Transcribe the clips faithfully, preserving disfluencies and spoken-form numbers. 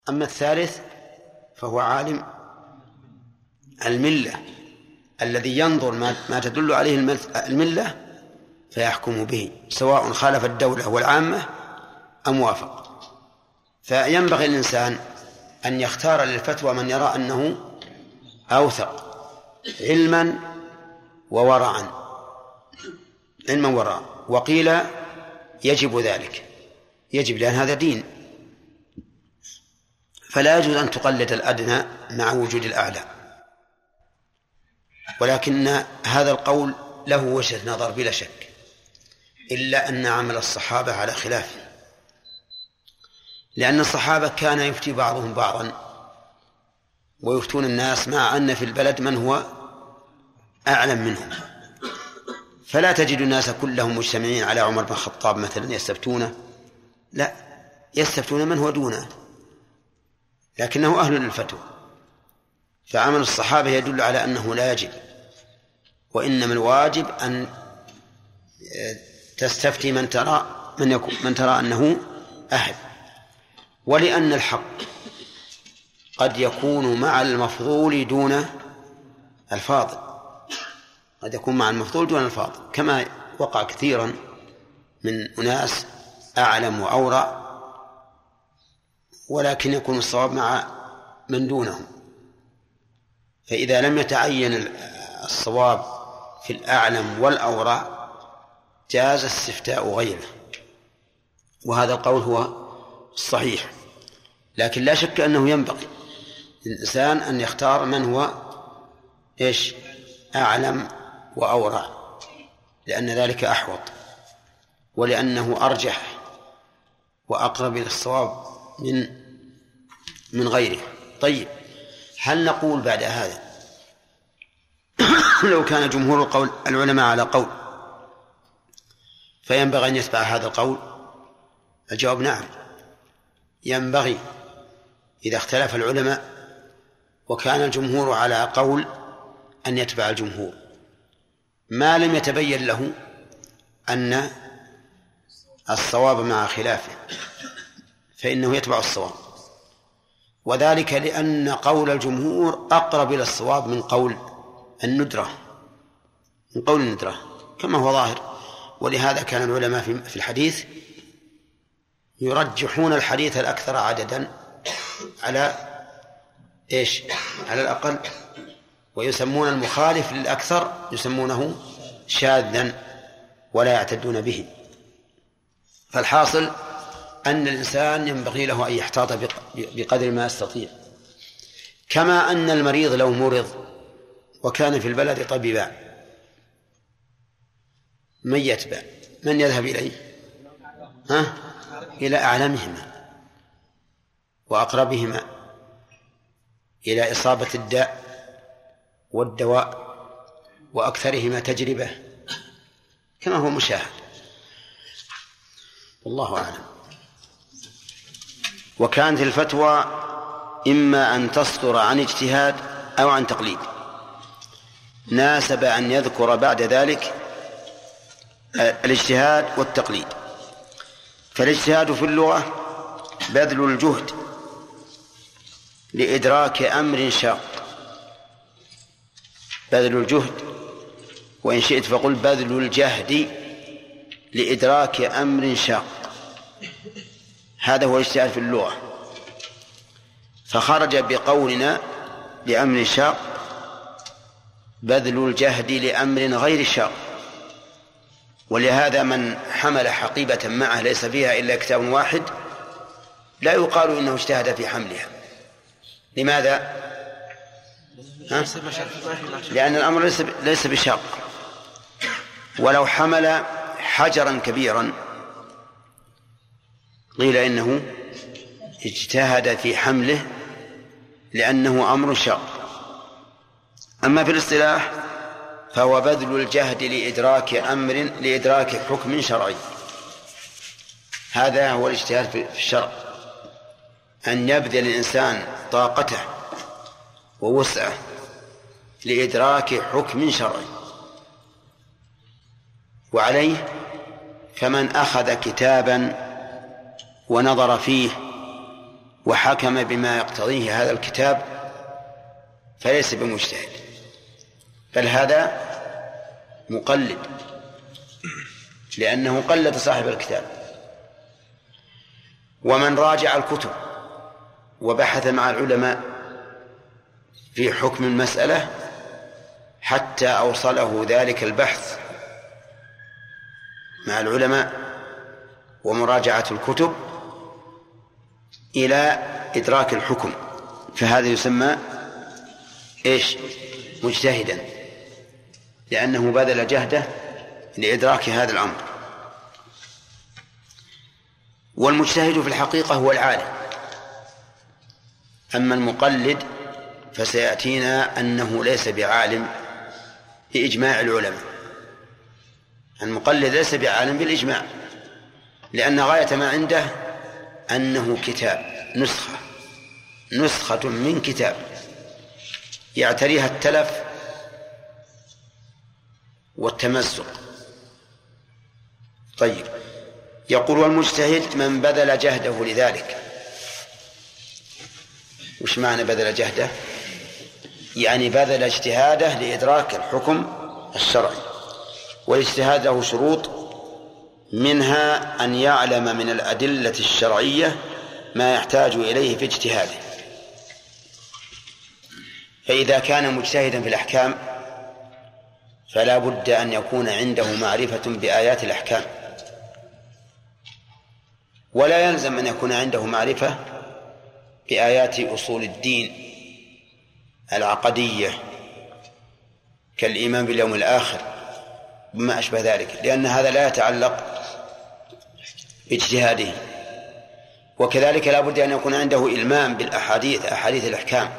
أما الثالث فهو عالم الملة الذي ينظر ما تدل عليه الملة فيحكم به سواء خالف الدولة والعامة أم وافق. فينبغي الإنسان أن يختار للفتوى من يرى أنه أوثق علما وورعا علما وورعا. وقيل يجب ذلك، يجب لأن هذا دين، فلا يجوز أن تقلد الأدنى مع وجود الأعلى. ولكن هذا القول له وجهة نظر بلا شك، إلا أن عمل الصحابة على خلافه، لأن الصحابة كان يفتي بعضهم بعضا ويفتون الناس مع أن في البلد من هو أعلم منهم، فلا تجد الناس كلهم مجتمعين على عمر بن الخطاب مثلا يستفتونه، لا، يستفتون من هو دونه لكنه أهل للفتوى. فعمل الصحابة يدل على أنه لا يجب، وإنما الواجب أن تستفتي من ترى من يكون من ترى أنه أهل. ولأن الحق قد يكون مع المفضول دون الفاضل، قد يكون مع المفضول دون الفاضل، كما وقع كثيرا من أناس أعلم وأورع ولكن يكون الصواب مع من دونهم. فإذا لم يتعين الصواب في الأعلم والأورع جاز استفتاء غيره، وهذا القول هو الصحيح. لكن لا شك أنه ينبغي للإنسان أن يختار من هو إيش أعلم وأورع، لأن ذلك أحوط ولأنه أرجح وأقرب إلى الصواب من من غيره. طيب، هل نقول بعد هذا لو كان جمهور القول العلماء على قول فينبغي أن يتبع هذا القول؟ الجواب نعم، ينبغي إذا اختلف العلماء وكان الجمهور على قول أن يتبع الجمهور ما لم يتبين له أن الصواب مع خلافه، فإنه يتبع الصواب، وذلك لأن قول الجمهور أقرب إلى الصواب من قول الندرة من قول الندرة كما هو ظاهر. ولهذا كان العلماء في الحديث يرجحون الحديث الأكثر عددا على إيش على الأقل، ويسمون المخالف للأكثر يسمونه شاذا ولا يعتدون به. فالحاصل أن الإنسان ينبغي له أن يحتاط بقدر ما يستطيع، كما أن المريض لو مرض وكان في البلد طبيبان من يتبع؟ من يذهب إليه؟ ها؟ إلى أعلمهما وأقربهما إلى إصابة الداء والدواء وأكثرهما تجربة كما هو مشاهد، والله أعلم. وكانت الفتوى إما أن تصدر عن اجتهاد أو عن تقليد، ناسب أن يذكر بعد ذلك الاجتهاد والتقليد. فالاجتهاد في اللغة بذل الجهد لإدراك أمر شاق، بذل الجهد، وإن شئت فقل بذل الجهد لإدراك أمر شاق، هذا هو الاجتهاد في اللغة. فخرج بقولنا لأمر شاق بذل الجهد لأمر غير شاق. ولهذا من حمل حقيبة معه ليس فيها إلا كتاب واحد لا يقال إنه اجتهد في حملها. لماذا؟ ها؟ لأن الأمر ليس ليس بشاق. ولو حمل حجرا كبيرا قيل إنه اجتهد في حمله لأنه أمر شاق. أما في الاصطلاح فهو بذل الجهد لإدراك أمر لإدراك حكم شرعي، هذا هو الاجتهاد في الشرع، أن يبذل الإنسان طاقته ووسعه لإدراك حكم شرعي. وعليه فمن أخذ كتابا ونظر فيه وحكم بما يقتضيه هذا الكتاب فليس بمجتهد، بل هذا مقلد، لأنه قلد صاحب الكتاب. ومن راجع الكتب وبحث مع العلماء في حكم المسألة حتى أوصله ذلك البحث مع العلماء ومراجعة الكتب إلى إدراك الحكم، فهذا يسمى إيش؟ مجتهدا، لأنه بذل جهده لإدراك هذا الأمر. والمجتهد في الحقيقة هو العالم، أما المقلد فسيأتينا أنه ليس بعالم بإجماع العلماء. المقلد ليس بعالم بالإجماع، لأن غاية ما عنده أنه كتاب، نسخة نسخة من كتاب يعتريها التلف والتمزق. طيب، يقول والمجتهد من بذل جهده لذلك. وش معنى بذل جهده؟ يعني بذل اجتهاده لإدراك الحكم الشرعي. والاجتهاد له شروط، منها أن يعلم من الأدلة الشرعية ما يحتاج إليه في اجتهاده. فإذا كان مجتهدا في الأحكام فلا بد أن يكون عنده معرفة بآيات الأحكام، ولا يلزم أن يكون عنده معرفة بآيات أصول الدين العقدية كالإيمان باليوم الآخر بما أشبه ذلك، لأن هذا لا يتعلق باجتهاده. وكذلك لا بد أن يكون عنده إلمام بالأحاديث، أحاديث الأحكام.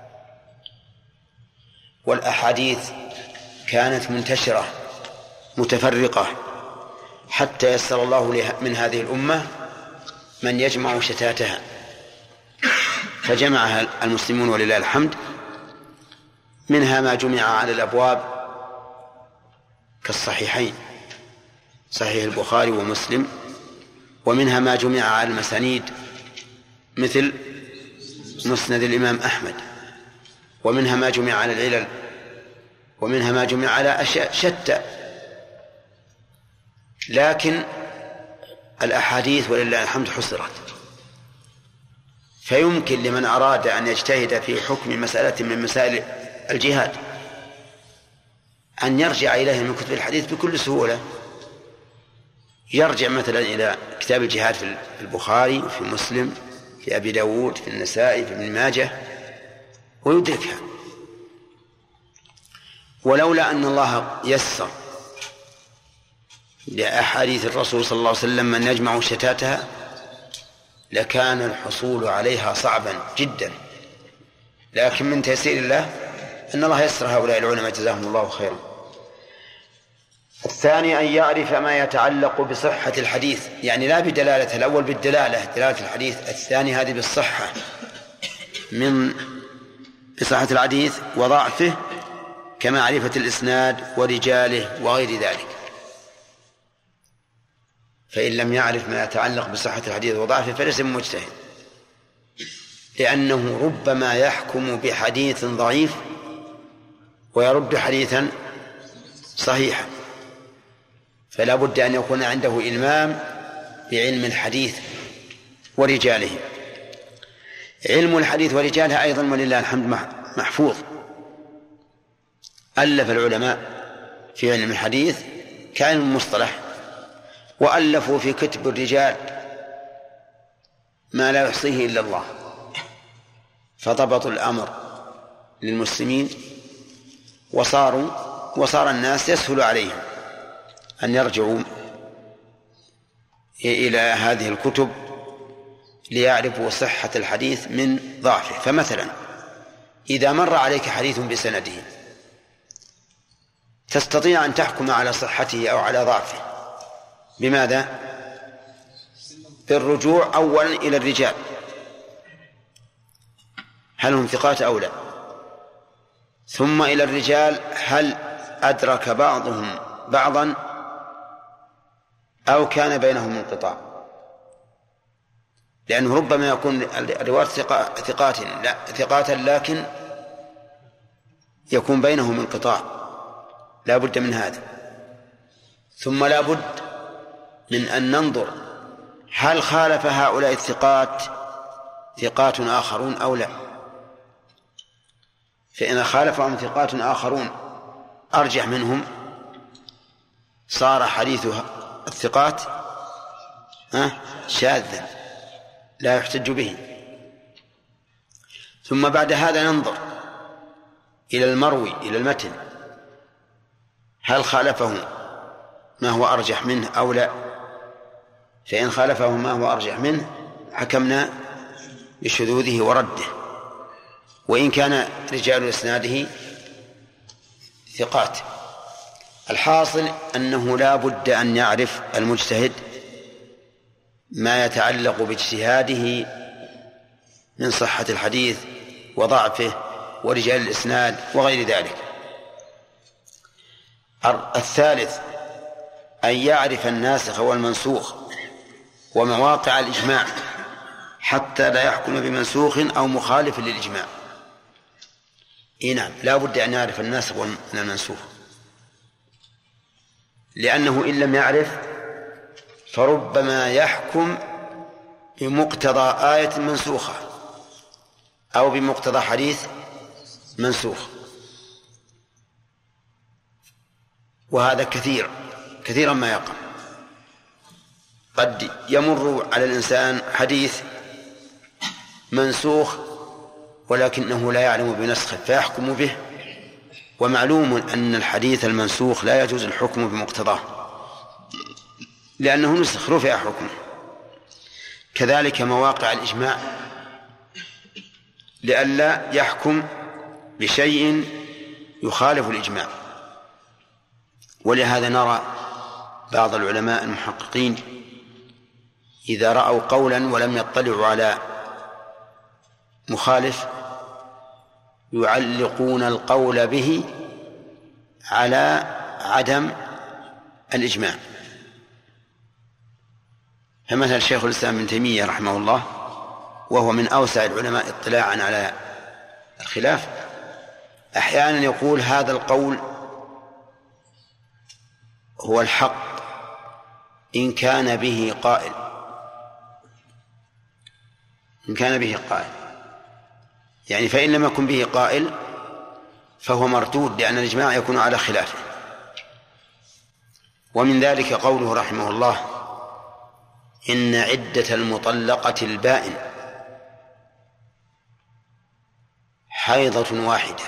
والأحاديث كانت منتشرة متفرقة حتى يسر الله من هذه الأمة من يجمع شتاتها، فجمعها المسلمون ولله الحمد. منها ما جمع على الأبواب كالصحيحين، صحيح البخاري ومسلم، ومنها ما جمع على المسانيد مثل مسند الإمام أحمد، ومنها ما جمع على العلل، ومنها ما جمع على أشياء شتى. لكن الأحاديث ولله الحمد حصرت، فيمكن لمن أراد أن يجتهد في حكم مسألة من مسائل الجهاد أن يرجع إليه من كتب الحديث بكل سهولة. يرجع مثلا إلى كتاب الجهاد في البخاري، في مسلم، في أبي داود، في النسائي، في ابن ماجه، ويدركها. ولولا أن الله يسر لأحاديث الرسول صلى الله عليه وسلم من يجمع شتاتها لكان الحصول عليها صعبا جدا، لكن من تيسير الله أن الله يسر هؤلاء العلماء جزاهم الله خيرا. الثاني أن يعرف ما يتعلق بصحة الحديث، يعني لا بدلالة، الأول بالدلالة دلالة الحديث، الثاني هذه بالصحة من بصحة الحديث وضعفه، كمعرفة الإسناد ورجاله وغير ذلك. فإن لم يعرف ما يتعلق بصحة الحديث وضعفه فليس مجتهد، لأنه ربما يحكم بحديث ضعيف ويرد حديثا صحيحا، فلا بد أن يكون عنده إلمام بعلم الحديث ورجاله. علم الحديث ورجاله أيضا ولله الحمد محفوظ. ألف العلماء في علم الحديث كعلم المصطلح، وألفوا في كتب الرجال ما لا يحصيه إلا الله، فضبطوا الأمر للمسلمين، وصاروا وصار الناس يسهل عليهم أن يرجعوا إلى هذه الكتب ليعرفوا صحة الحديث من ضعفه. فمثلا إذا مر عليك حديث بسنده تستطيع أن تحكم على صحته أو على ضعفه بماذا؟ بالرجوع أولا إلى الرجال، هل هم ثقات أو لا، ثم إلى الرجال هل أدرك بعضهم بعضا أو كان بينهم انقطاع. لأنه ربما يكون الرواة ثقات ثقات لكن يكون بينهم انقطاع، لا بد من هذا. ثم لا بد من أن ننظر هل خالف هؤلاء الثقات ثقات آخرون أو لا. فإن خالفهم ثقات آخرون أرجح منهم صار حديث الثقات شاذا لا يحتج به. ثم بعد هذا ننظر إلى المروي إلى المتن هل خالفه ما هو أرجح منه أو لا. فإن خالفه ما هو أرجح منه حكمنا بشذوذه ورده، وإن كان رجال إسناده ثقات. الحاصل أنه لا بد أن يعرف المجتهد ما يتعلق باجتهاده من صحة الحديث وضعفه ورجال الإسناد وغير ذلك. الثالث أن يعرف الناسخ والمنسوخ ومواقع الإجماع حتى لا يحكم بمنسوخ أو مخالف للإجماع. إيه نعم، لا بد أن يعرف الناسخ والمنسوخ، لأنه إن لم يعرف فربما يحكم بمقتضى آية منسوخة أو بمقتضى حديث منسوخ، وهذا كثير كثيرا ما يقع. قد يمر على الإنسان حديث منسوخ ولكنه لا يعلم بنسخه فيحكم به، ومعلوم أن الحديث المنسوخ لا يجوز الحكم بمقتضاه لأنه نسخ رفع حكمه. كذلك مواقع الإجماع لئلا يحكم بشيء يخالف الإجماع. ولهذا نرى بعض العلماء المحققين إذا رأوا قولا ولم يطلعوا على مخالف يعلقون القول به على عدم الإجماع. فمثل شيخ الإسلام ابن تيمية رحمه الله وهو من أوسع العلماء اطلاعا على الخلاف أحيانا يقول هذا القول هو الحق إن كان به قائل إن كان به قائل يعني فإن لم يكن به قائل فهو مردود لأن الإجماع يكون على خلافه. ومن ذلك قوله رحمه الله إن عدة المطلقة البائن حيضة واحدة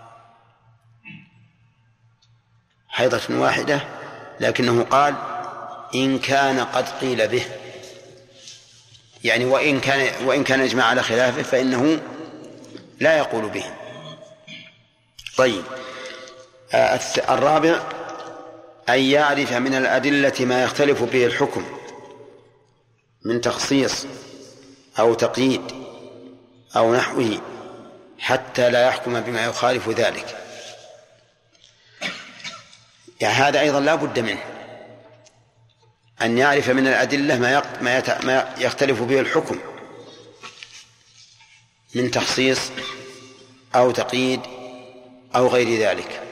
حيضة واحدة لكنه قال إن كان قد قيل به، يعني وإن كان وإن كان إجماع على خلافه فإنه لا يقول به. طيب، الرابع أن يعرف من الأدلة ما يختلف به الحكم من تخصيص أو تقييد أو نحوه حتى لا يحكم بما يخالف ذلك. يعني هذا أيضا لا بد منه، أن يعرف من الأدلة ما يختلف به الحكم من تخصيص أو تقييد أو غير ذلك،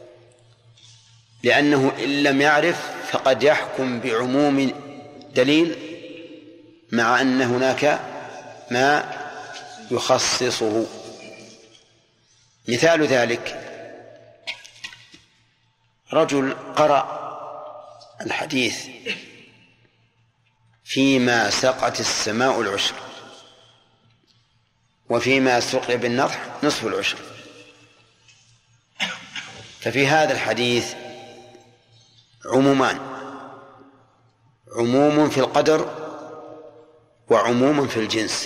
لأنه إن لم يعرف فقد يحكم بعموم دليل مع أن هناك ما يخصصه. مثال ذلك رجل قرأ الحديث فيما سقت السماء العشر وفيما سقي بالنضح نصف العشر، ففي هذا الحديث عمومان، عموم في القدر وعموم في الجنس،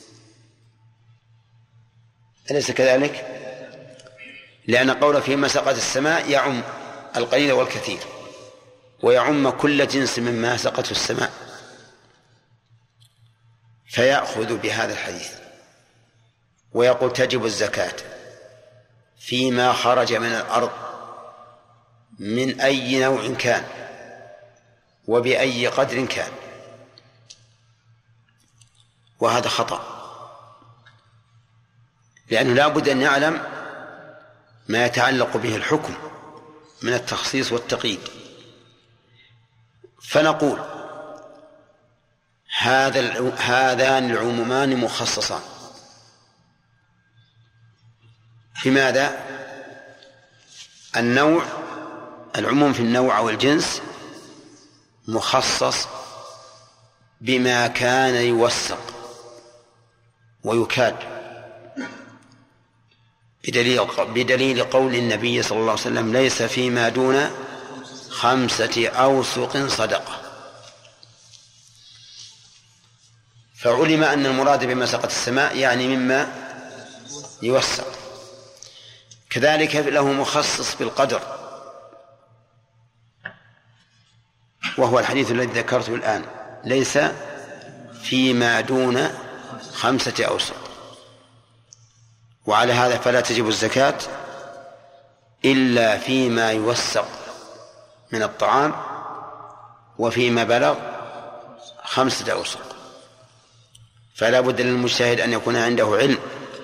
أليس كذلك؟ لأن قول فيما سقت السماء يعم القليل والكثير ويعم كل جنس مما سقته السماء، فيأخذ بهذا الحديث ويقول تجب الزكاة فيما خرج من الأرض من أي نوع كان وبأي قدر كان. وهذا خطأ، لأنه لا بد أن يعلم ما يتعلق به الحكم من التخصيص والتقييد. فنقول هذا هذان العمومان مخصصان. بماذا؟ النوع، العموم في النوع أو الجنس مخصص بما كان يوثق ويكاد، بدليل بدليل قول النبي صلى الله عليه وسلم: ليس فيما دون خمسة أوسق صدقة. فعلم أن المراد بما سقط السماء يعني مما يوثق. كذلك له مخصص بالقدر، وهو الحديث الذي ذكرته الآن: ليس فيما دون خمسة أوسق. وعلى هذا فلا تجب الزكاة إلا فيما يوثق من الطعام وفيما بلغ خمسة أوسق. فلا بد للمجتهد أن يكون عنده علم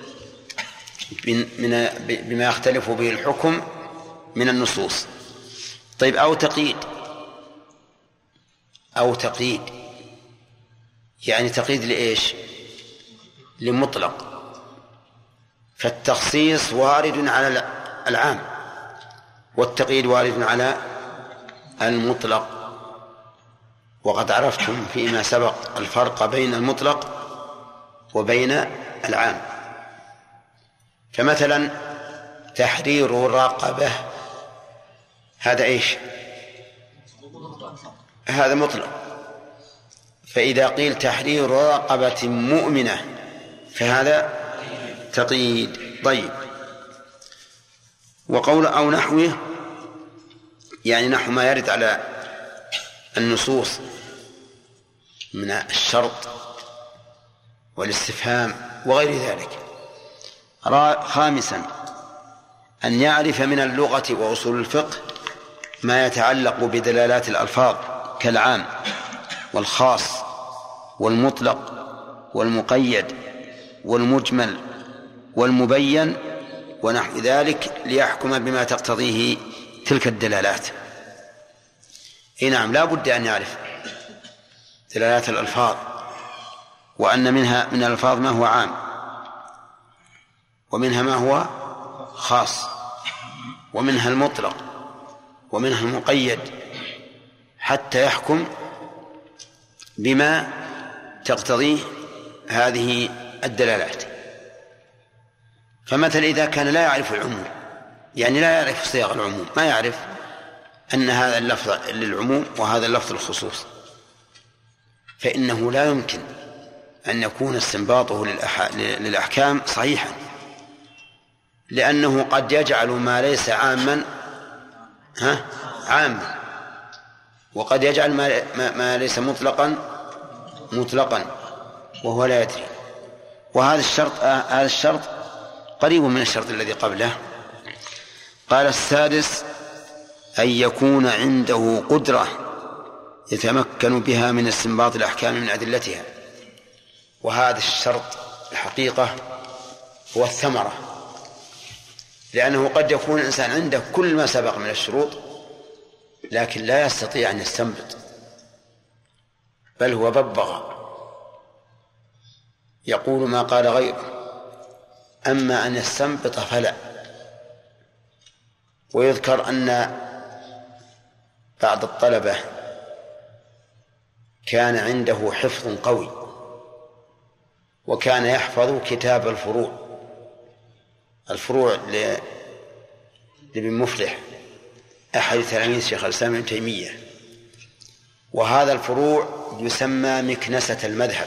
بما يختلف به الحكم من النصوص. طيب، أو تقييد، أو تقييد يعني تقييد لإيش؟ لمطلق. فالتخصيص وارد على العام والتقييد وارد على المطلق. وقد عرفتم فيما سبق الفرق بين المطلق وبين العام. فمثلا تحرير رقبة هذا إيش؟ هذا مطلق. فإذا قيل تحرير رقبة مؤمنة فهذا تقييد. طيب، وقول أو نحوه يعني نحو ما يرد على النصوص من الشرط والاستفهام وغير ذلك. خامسا أن يعرف من اللغة وأصول الفقه ما يتعلق بدلالات الألفاظ كالعام والخاص والمطلق والمقيد والمجمل والمبين ونحو ذلك، ليحكم بما تقتضيه تلك الدلالات. إيه نعم، لا بد أن يعرف دلالات الألفاظ، وأن منها من الألفاظ ما هو عام ومنها ما هو خاص ومنها المطلق ومنها المقيد، حتى يحكم بما تقتضيه هذه الدلالات. فمثل إذا كان لا يعرف العموم، يعني لا يعرف صيغ العموم، ما يعرف أن هذا اللفظ للعموم وهذا اللفظ للخصوص، فإنه لا يمكن أن يكون استنباطه للأحكام صحيحا، لأنه قد يجعل ما ليس عاما ها عاما، وقد يجعل ما, ما ليس مطلقا مطلقا وهو لا يدري. وهذا الشرط هذا الشرط قريب من الشرط الذي قبله. قال: السادس أن يكون عنده قدرة يتمكن بها من استنباط الأحكام من أدلتها. وهذا الشرط الحقيقة هو الثمرة، لأنه قد يكون الإنسان عنده كل ما سبق من الشروط لكن لا يستطيع أن يستنبط، بل هو ببغى يقول ما قال غيره، أما أن يستنبط فلا. ويذكر أن بعض الطلبة كان عنده حفظ قوي، وكان يحفظ كتاب الفروع الفروع لابن مفلح أحد تلاميذ شيخ الإسلام ابن تيمية. وهذا الفروع يسمى مكنسة المذهب،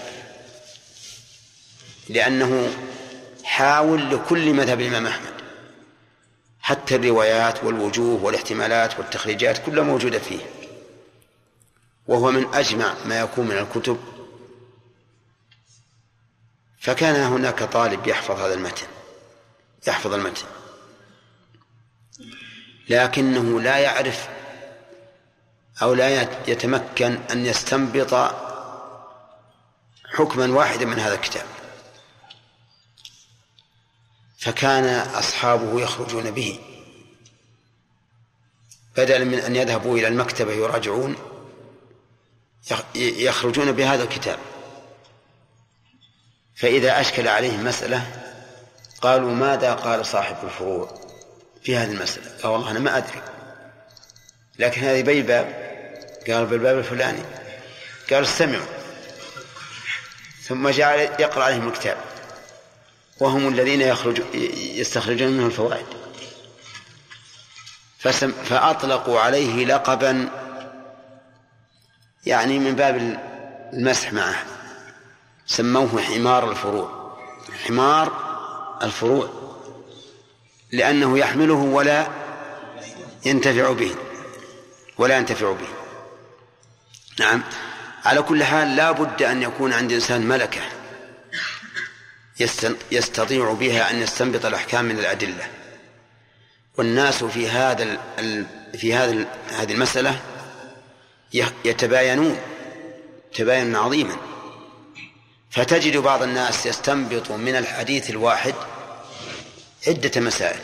لأنه حاول لكل مذهب الإمام أحمد، حتى الروايات والوجوه والاحتمالات والتخريجات كلها موجودة فيه، وهو من أجمع ما يكون من الكتب. فكان هناك طالب يحفظ هذا المتن يحفظ المتن لكنه لا يعرف أو لا يتمكن أن يستنبط حكما واحدا من هذا الكتاب، فكان أصحابه يخرجون به بدلا من أن يذهبوا إلى المكتبة يراجعون، يخرجون بهذا الكتاب. فإذا أشكل عليهم مسألة قالوا ماذا قال صاحب الفروع في هذه المسألة؟ قال والله أنا ما أدري، لكن هذه بي باب، قال بالباب الفلاني، قال استمعوا، ثم جعل يقرأ عليهم الكتاب، وهم الذين يخرج يستخرجون منه الفوائد. فأطلقوا عليه لقبا يعني من باب المسح معه، سموه حمار الفروع. حمار الفروع لأنه يحمله ولا ينتفع به ولا ينتفع به. نعم، على كل حال لا بد أن يكون عند إنسان ملكة يستطيع بها أن يستنبط الأحكام من الأدلة، والناس في هذا في هذا هذه المسألة يتباينون تباينا عظيما، فتجد بعض الناس يستنبط من الحديث الواحد عدة مسائل،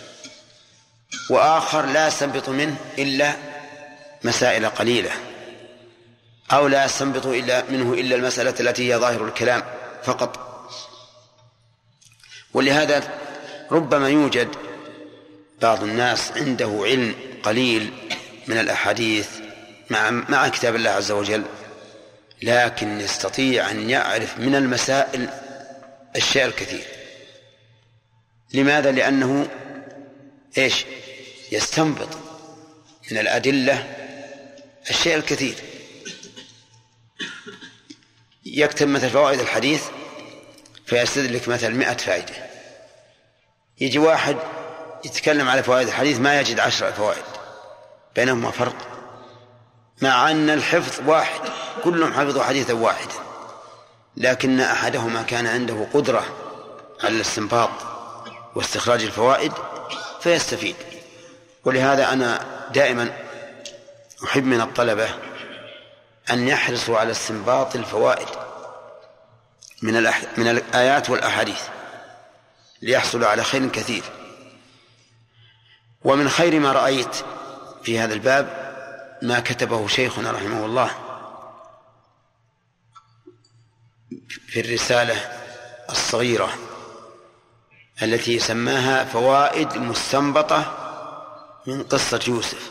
وآخر لا يستنبط منه إلا مسائل قليلة، أو لا يستنبط إلا منه إلا المسألة التي هي ظاهر الكلام فقط. ولهذا ربما يوجد بعض الناس عنده علم قليل من الأحاديث مع مع كتاب الله عز وجل، لكن يستطيع أن يعرف من المسائل الشيء الكثير. لماذا؟ لأنه إيش؟ يستنبط من الأدلة الشيء الكثير. يكتب مثل فوائد الحديث فيستدرك مثل مئة فائدة، يجي واحد يتكلم على فوائد الحديث ما يجد عشر فوائد، بينهما فرق، مع أن الحفظ واحد، كلهم حفظوا حديثا واحدا، لكن أحدهما كان عنده قدرة على الاستنباط واستخراج الفوائد فيستفيد. ولهذا أنا دائما أحب من الطلبة أن يحرصوا على استنباط الفوائد من الأح... من الآيات والأحاديث ليحصلوا على خير كثير. ومن خير ما رأيت في هذا الباب ما كتبه شيخنا رحمه الله في الرسالة الصغيرة التي سماها فوائد مستنبطة من قصة يوسف.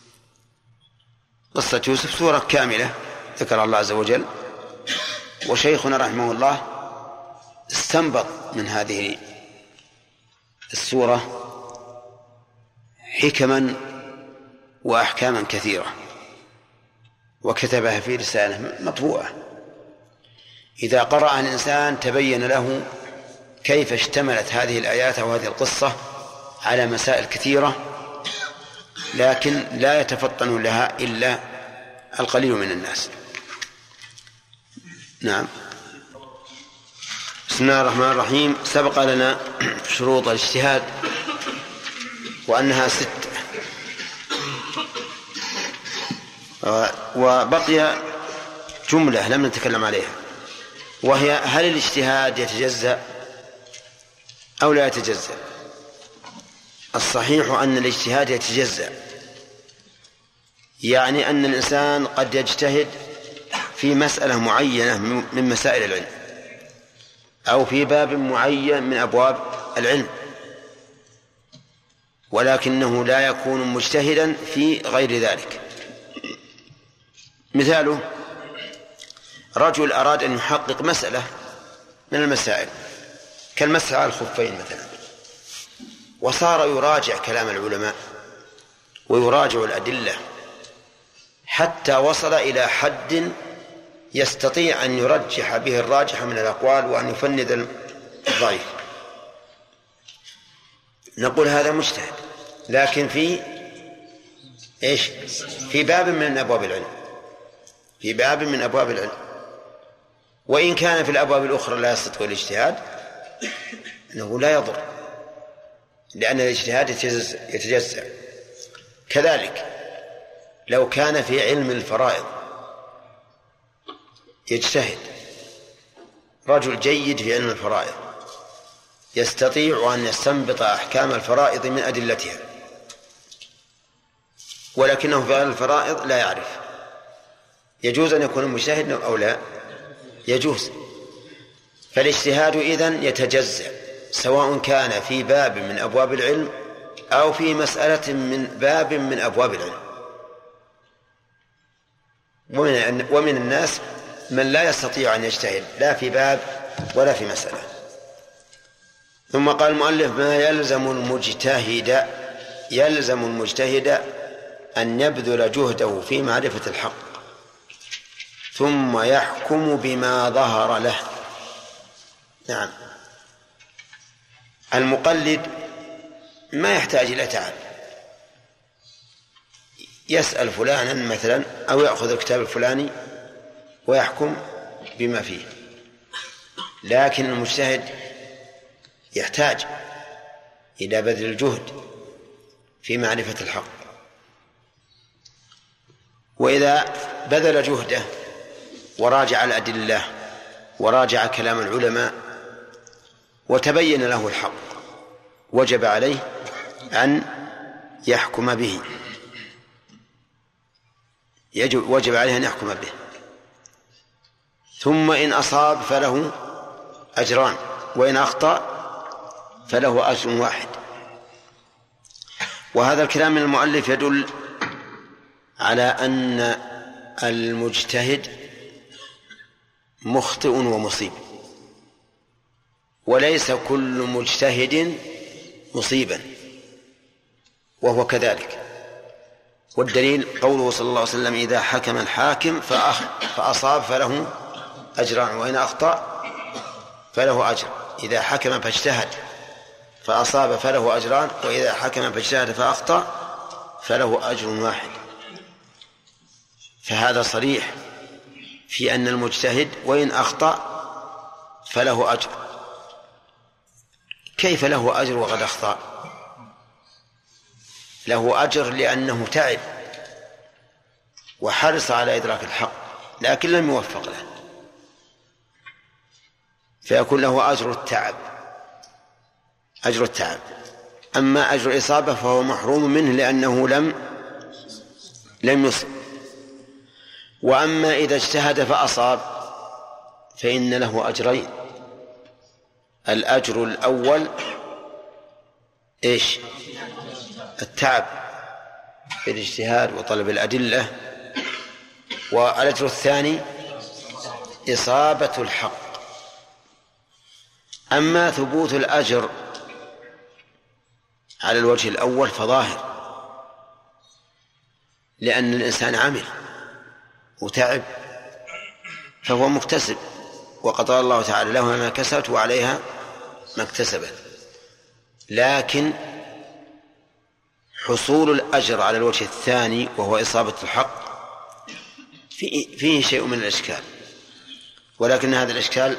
قصة يوسف سورة كاملة ذكر الله عز وجل، وشيخنا رحمه الله استنبط من هذه السورة حكما وأحكاما كثيرة، وكتبها في رسالة مطبوعة. إذا قرأ الإنسان تبين له كيف اشتملت هذه الآيات أو هذه القصة على مسائل كثيرة، لكن لا يتفطن لها إلا القليل من الناس. نعم. بسم الله الرحمن الرحيم. سبق لنا شروط الاجتهاد وأنها ست، وبقي جملة لم نتكلم عليها، وهي هل الاجتهاد يتجزأ أو لا يتجزأ؟ الصحيح أن الاجتهاد يتجزأ، يعني أن الإنسان قد يجتهد في مسألة معينة من مسائل العلم أو في باب معين من أبواب العلم، ولكنه لا يكون مجتهدا في غير ذلك. مثاله رجل أراد أن يحقق مسألة من المسائل كالمسح على الخفين مثلا، وصار يراجع كلام العلماء ويراجع الأدلة حتى وصل إلى حد يستطيع أن يرجح به الراجح من الأقوال وأن يفند الضعيف، نقول هذا مجتهد، لكن في إيش؟ في باب من أبواب العلم، في باب من أبواب العلم. وإن كان في الأبواب الأخرى لا يستطيع الاجتهاد أنه لا يضر، لأن الاجتهاد يتجزأ. كذلك لو كان في علم الفرائض يجتهد رجل جيد في علم الفرائض يستطيع أن يستنبط أحكام الفرائض من أدلتها، ولكنه في علم الفرائض لا يعرف، يجوز أن يكون مجتهد أو لا؟ يجوز. فالاجتهاد إذن يتجزأ، سواء كان في باب من أبواب العلم أو في مسألة من باب من أبواب العلم. ومن, ومن الناس من لا يستطيع أن يجتهد لا في باب ولا في مسألة. ثم قال المؤلف: ما يلزم المجتهد يلزم المجتهد أن يبذل جهده في معرفة الحق ثم يحكم بما ظهر له. نعم، المقلد ما يحتاج إلى تعب، يسأل فلانا مثلا أو يأخذ الكتاب الفلاني ويحكم بما فيه. لكن المجتهد يحتاج إلى بذل الجهد في معرفة الحق، وإذا بذل جهده وراجع الأدلة وراجع كلام العلماء وتبين له الحق وجب عليه أن يحكم به، يجب وجب عليه أن يحكم به. ثم إن أصاب فله أجران، وإن أخطأ فله أجر واحد. وهذا الكلام من المؤلف يدل على أن المجتهد مخطئ ومصيب، وليس كل مجتهد مصيبا، وهو كذلك. والدليل قوله صلى الله عليه وسلم: إذا حكم الحاكم فأصاب فله أجران وإن أخطأ فله أجر. إذا حكم فاجتهد فأصاب فله أجران، وإذا حكم فاجتهد فأخطأ فله أجر واحد. فهذا صريح في أن المجتهد وإن أخطأ فله أجر. كيف له أجر وقد أخطأ؟ له أجر لأنه تعب وحرص على إدراك الحق لكن لم يوفق له، فيكون له أجر التعب أجر التعب. أما أجر الإصابة فهو محروم منه لأنه لم لم يصب. وأما إذا اجتهد فأصاب فإن له أجرين: الأجر الأول إيش؟ التعب في الاجتهاد وطلب الأدلة، والأجر الثاني إصابة الحق. أما ثبوت الأجر على الوجه الأول فظاهر، لأن الإنسان عمل وتعب فهو مكتسب، وقد قال الله تعالى: لها ما كسبت وعليها ما اكتسبت. لكن حصول الأجر على الوجه الثاني وهو إصابة الحق فيه شيء من الإشكال، ولكن هذا الإشكال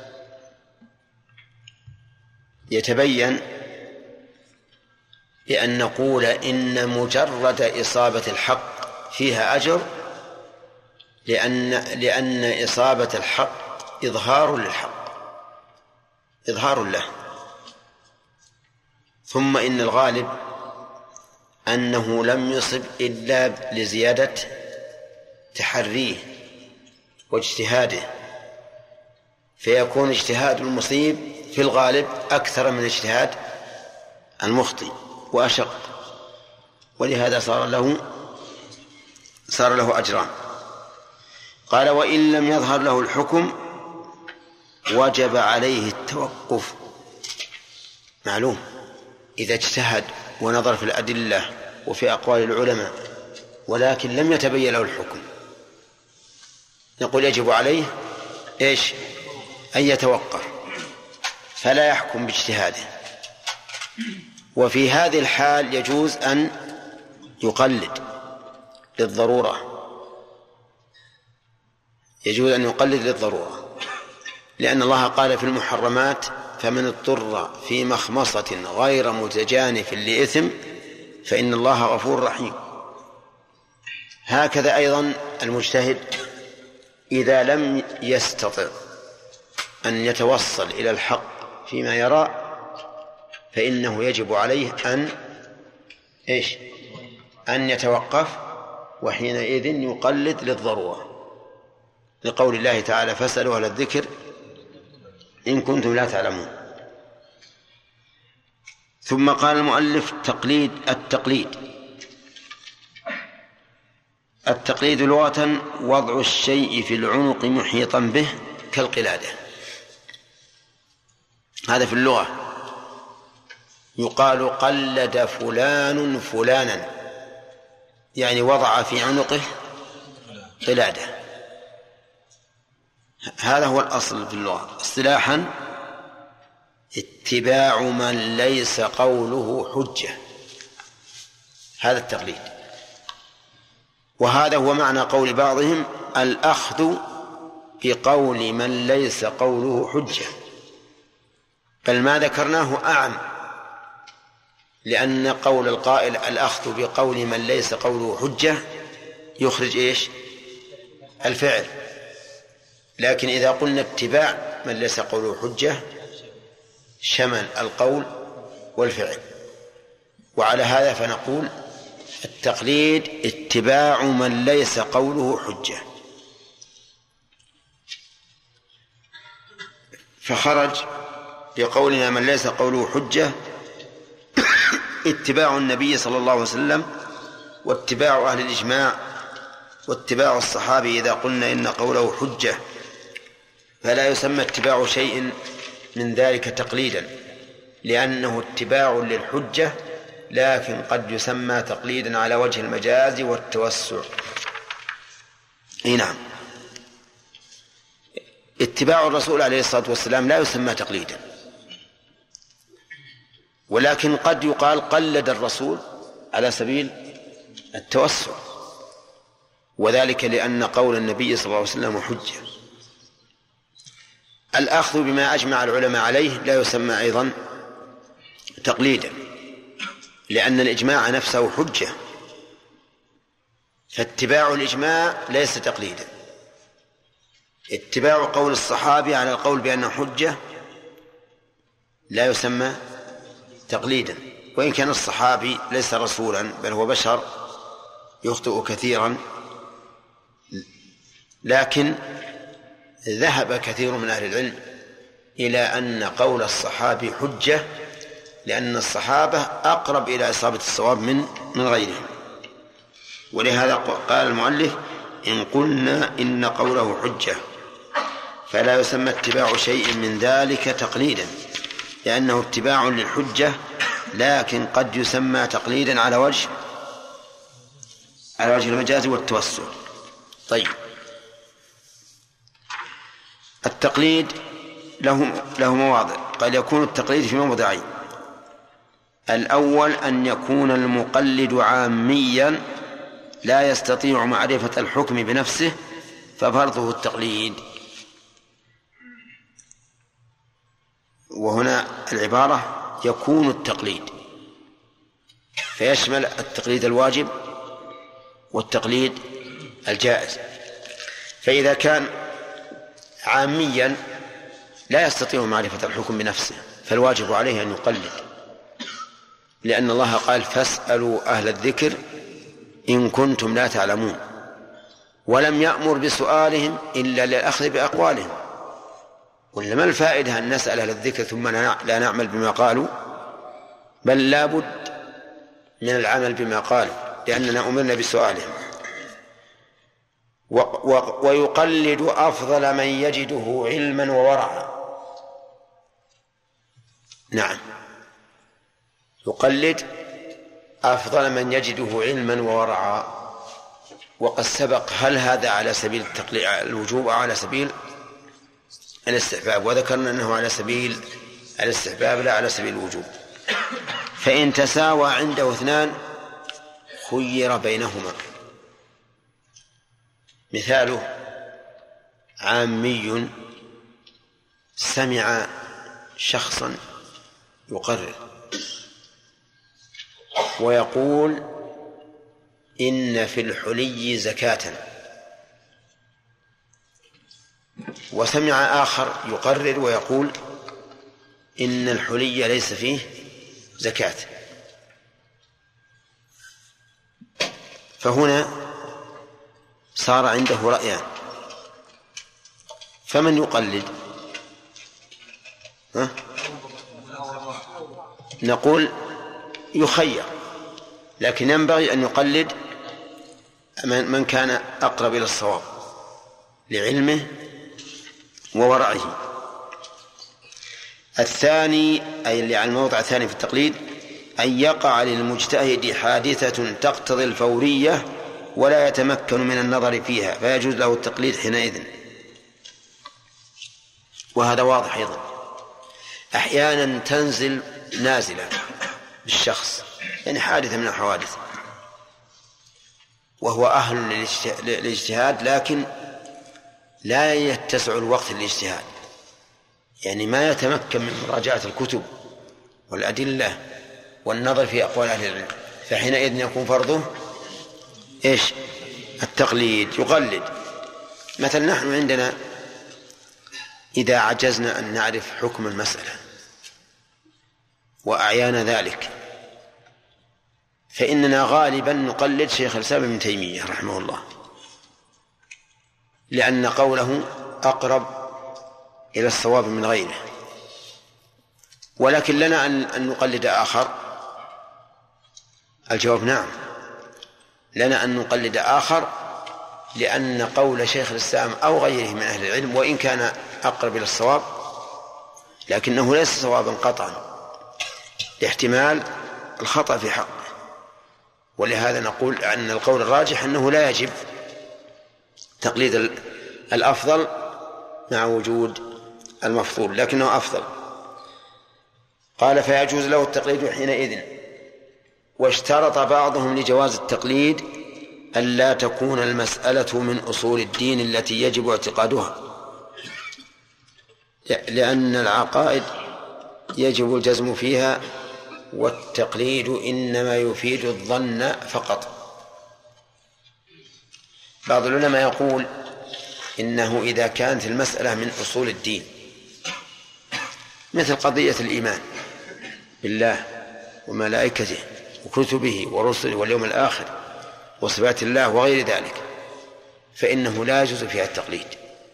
يتبين بأن نقول إن مجرد إصابة الحق فيها أجر، لأن لأن إصابة الحق إظهار للحق إظهار له. ثم إن الغالب أنه لم يصب إلا لزيادة تحريه واجتهاده، فيكون اجتهاد المصيب في الغالب أكثر من اجتهاد المخطئ وأشق، ولهذا صار له صار له أجران. قال: وإن لم يظهر له الحكم وجب عليه التوقف. معلوم إذا اجتهد ونظر في الأدلة وفي أقوال العلماء ولكن لم يتبين له الحكم، نقول يجب عليه إيش؟ أن يتوقف فلا يحكم باجتهاده. وفي هذه الحال يجوز أن يقلد للضرورة يجوز أن يقلد للضرورة لأن الله قال في المحرمات: فمن اضطر في مخمصة غير متجانف لإثم فإن الله غفور رحيم. هكذا أيضا المجتهد إذا لم يستطع أن يتوصل إلى الحق فيما يرى فإنه يجب عليه أن إيش أن يتوقف، وحينئذ يقلد للضرورة، لقول الله تعالى فاسألوا أهل الذكر إن كنتم لا تعلمون. ثم قال المؤلف تقليد التقليد التقليد لغة وضع الشيء في العنق محيطا به كالقلادة. هذا في اللغة يقال قلد فلان فلانا، يعني وضع في عنقه قلادة. هذا هو الأصل في اللغة. اصطلاحا اتباع من ليس قوله حجة، هذا التقليد. وهذا هو معنى قول بعضهم الأخذ بقول من ليس قوله حجة، بل ما ذكرناه أعم، لأن قول القائل الأخذ بقول من ليس قوله حجة يخرج إيش الفعل، لكن إذا قلنا اتباع من ليس قوله حجة شمل القول والفعل. وعلى هذا فنقول التقليد اتباع من ليس قوله حجة. فخرج بقولنا من ليس قوله حجة اتباع النبي صلى الله عليه وسلم، واتباع أهل الإجماع، واتباع الصحابي إذا قلنا إن قوله حجة، فلا يسمى اتباع شيء من ذلك تقليدا، لأنه اتباع للحجة، لكن قد يسمى تقليدا على وجه المجاز والتوسع. نعم، اتباع الرسول عليه الصلاة والسلام لا يسمى تقليدا، ولكن قد يقال قلد الرسول على سبيل التوسع، وذلك لأن قول النبي صلى الله عليه وسلم حجة. الأخذ بما أجمع العلماء عليه لا يسمى أيضا تقليدا، لأن الإجماع نفسه حجة، فاتباع الإجماع ليس تقليدا. اتباع قول الصحابي على القول بأنه حجة لا يسمى تقليدا، وإن كان الصحابي ليس رسولا بل هو بشر يخطئ كثيرا، لكن ذهب كثير من أهل العلم إلى أن قول الصحابي حجة، لأن الصحابة أقرب إلى إصابة الصواب من من غيرهم. ولهذا قال المؤلف إن قلنا إن قوله حجة فلا يسمى اتباع شيء من ذلك تقليدا، لأنه اتباع للحجة، لكن قد يسمى تقليدا على وجه على وجه المجاز والتوسع. طيب، التقليد له له مواضع. قد يكون التقليد في موضعين: الأول أن يكون المقلد عاميا لا يستطيع معرفة الحكم بنفسه ففرضه التقليد، وهنا العبارة يكون التقليد، فيشمل التقليد الواجب والتقليد الجائز. فإذا كان عاميا لا يستطيع معرفة الحكم بنفسه فالواجب عليه أن يقلد، لأن الله قال فاسألوا أهل الذكر إن كنتم لا تعلمون، ولم يأمر بسؤالهم إلا للأخذ بأقوالهم. ولا ما الفائدة أن نسأل أهل الذكر ثم لا نعمل بما قالوا؟ بل لا بد من العمل بما قالوا، لأننا أمرنا بسؤالهم. ويقلد أفضل من يجده علما وورعا. نعم، يقلد أفضل من يجده علما وورعا. وقد سبق هل هذا على سبيل الوجوب أو على سبيل الاستحباب، وذكرنا أنه على سبيل الاستحباب لا على سبيل الوجوب. فإن تساوى عنده اثنان خير بينهما. مثاله عامي سمع شخصا يقرر ويقول إن في الحلي زكاة، وسمع آخر يقرر ويقول إن الحلي ليس فيه زكاة، فهنا صار عنده رأيان، فمن يقلد؟ ها؟ نقول يخير، لكن ينبغي أن يقلد من كان أقرب إلى الصواب لعلمه وورعه. الثاني أي اللي على الموضع الثاني في التقليد أن يقع للمجتهد حادثة تقتضي الفورية ولا يتمكن من النظر فيها فيجوز له التقليد حينئذ، وهذا واضح أيضا. أحيانا تنزل نازلة بالشخص، يعني حادثة من الحوادث، وهو أهل للاجتهاد لكن لا يتسع الوقت للاجتهاد، يعني ما يتمكن من مراجعة الكتب والأدلة والنظر في أقوال أهل العلم، فحينئذ يكون فرضه إيش؟ التقليد، يقلد. مثلا نحن عندنا إذا عجزنا أن نعرف حكم المسألة وأعيان ذلك فإننا غالبا نقلد شيخ الإسلام ابن تيمية رحمه الله، لأن قوله أقرب إلى الصواب من غيره. ولكن لنا أن نقلد آخر؟ الجواب نعم، لنا أن نقلد آخر، لأن قول شيخ الإسلام أو غيره من أهل العلم وإن كان أقرب إلى الصواب لكنه ليس صوابا قطعا لاحتمال الخطأ في حقه، ولهذا نقول أن القول الراجح أنه لا يجب تقليد الأفضل مع وجود المفضول، لكنه أفضل. قال فيجوز له التقليد حينئذ. واشترط بعضهم لجواز التقليد أن لا تكون المسألة من أصول الدين التي يجب اعتقادها، لأن العقائد يجب الجزم فيها والتقليد إنما يفيد الظن فقط. بعض العلماء يقول إنه إذا كانت المسألة من أصول الدين مثل قضية الإيمان بالله وملائكته وكتبه ورسله واليوم الآخر وصفات الله وغير ذلك فإنه لا يجوز فيها التقليد.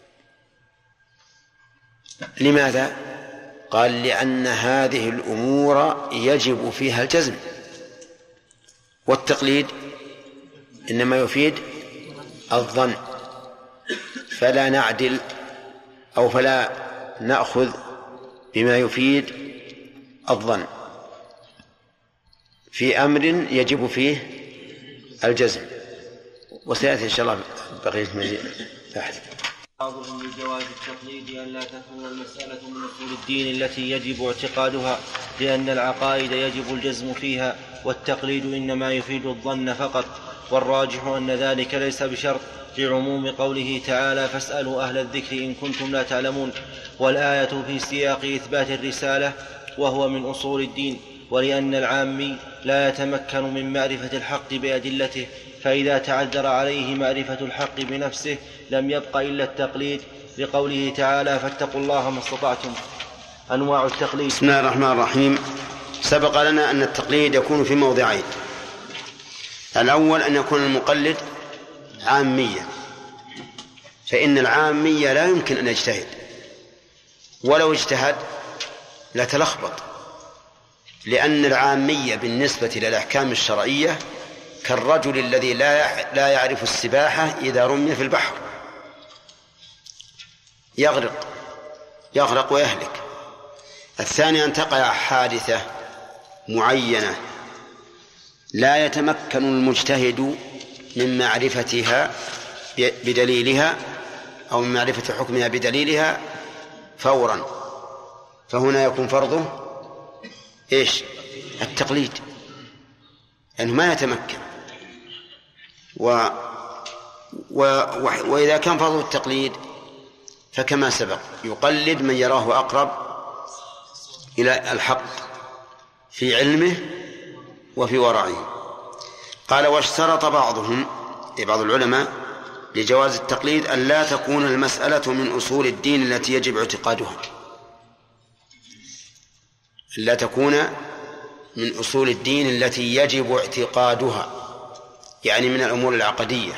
لماذا؟ قال لأن هذه الأمور يجب فيها الجزم، والتقليد إنما يفيد الظن، فلا نعدل أو فلا نأخذ بما يفيد الظن في أمر يجب فيه الجزم. وسيأتي إن شاء الله بقية مزيد بحث. بعضهم لجواز التقليد أن لا تكون المسألة من أصول الدين التي يجب اعتقادها، لأن العقائد يجب الجزم فيها والتقليد إنما يفيد الظن فقط، والراجح أن ذلك ليس بشرط لعموم قوله تعالى فاسألوا أهل الذكر إن كنتم لا تعلمون، والآية في سياق إثبات الرسالة وهو من أصول الدين، ولأن العامي لا يتمكن من معرفة الحق بأدلته، فإذا تعذر عليه معرفة الحق بنفسه لم يبق إلا التقليد، لقوله تعالى فاتقوا الله ما استطعتم. أنواع التقليد. بسم الله الرحمن الرحيم. سبق لنا أن التقليد يكون في موضعين. الأول أن يكون المقلد عامية، فإن العامية لا يمكن أن يجتهد، ولو اجتهد لتلخبط، لأن العامية بالنسبة للأحكام الشرعية كالرجل الذي لا يعرف السباحة إذا رمي في البحر، يغرق يغرق ويهلك. الثاني أن تقع حادثة معينة لا يتمكن المجتهد من معرفتها بدليلها أو من معرفة حكمها بدليلها فورا، فهنا يكون فرضه إيش؟ التقليد، لأنه ما يتمكن. و... و... وإذا كان فرضه التقليد فكما سبق يقلد من يراه أقرب إلى الحق في علمه وفي ورعه. قال واشترط بعضهم، بعض العلماء لجواز التقليد أن لا تكون المسألة من أصول الدين التي يجب اعتقادها، لا تكون من أصول الدين التي يجب اعتقادها، يعني من الأمور العقدية.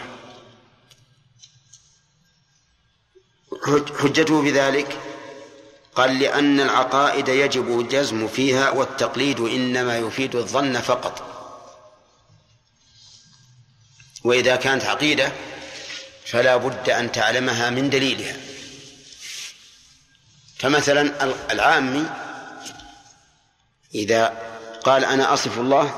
حجته بذلك قال لأن العقائد يجب الجزم فيها، والتقليد إنما يفيد الظن فقط. وإذا كانت عقيدة فلا بد أن تعلمها من دليلها. فمثلا العامي إذا قال أنا أصف الله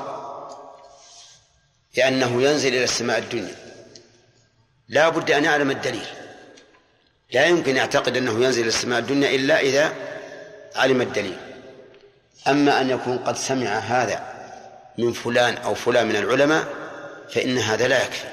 لأنه ينزل إلى السماء الدنيا، لا بد أن يعلم الدليل، لا يمكن يعتقد أنه ينزل إلى السماء الدنيا إلا إذا علم الدليل. أما أن يكون قد سمع هذا من فلان أو فلان من العلماء فإن هذا لا يكفي.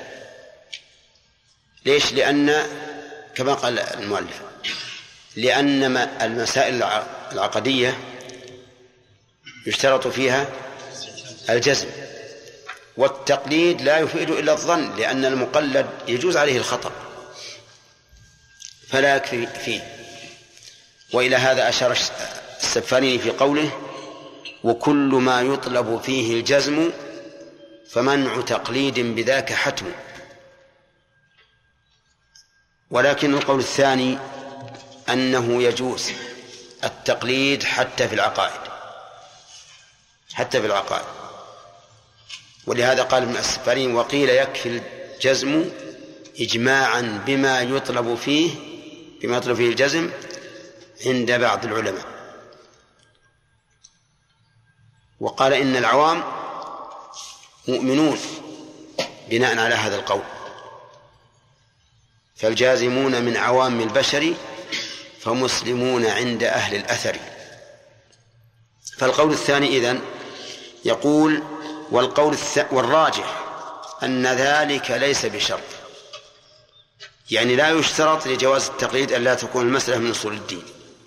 ليش؟ لأن كما قال المؤلف لأن المسائل العقدية يشترط فيها الجزم، والتقليد لا يفيد إلا الظن، لأن المقلد يجوز عليه الخطأ فلا يكفي فيه. وإلى هذا أشار السفاريني في قوله وكل ما يطلب فيه الجزم فمنع تقليد بذاك حتم. ولكن القول الثاني أنه يجوز التقليد حتى في العقائد، حتى في العقائد. ولهذا قال ابن السفاريني وقيل يكفي الجزم إجماعا بما يطلب فيه بما يطلب فيه الجزم عند بعض العلماء. وقال إن العوام مؤمنون بناء على هذا القول، فالجازمون من عوام البشر فمسلمون عند أهل الأثر. فالقول الثاني إذن يقول والقول الث... والراجح أن ذلك ليس بشرط، يعني لا يشترط لجواز التقليد أن لا تكون المسألة من أصول الدين،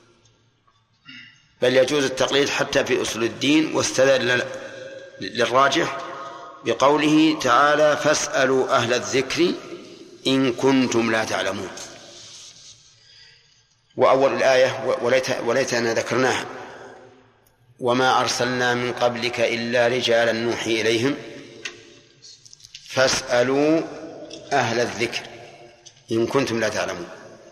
بل يجوز التقليد حتى في أصول الدين. واستدل للراجح بقوله تعالى فاسألوا أهل الذكر إن كنتم لا تعلمون. وأول الآية وليت وليتنا ذكرناها وما أرسلنا من قبلك إلا رجالا نوحي إليهم فاسألوا أهل الذكر إن كنتم لا تعلمون.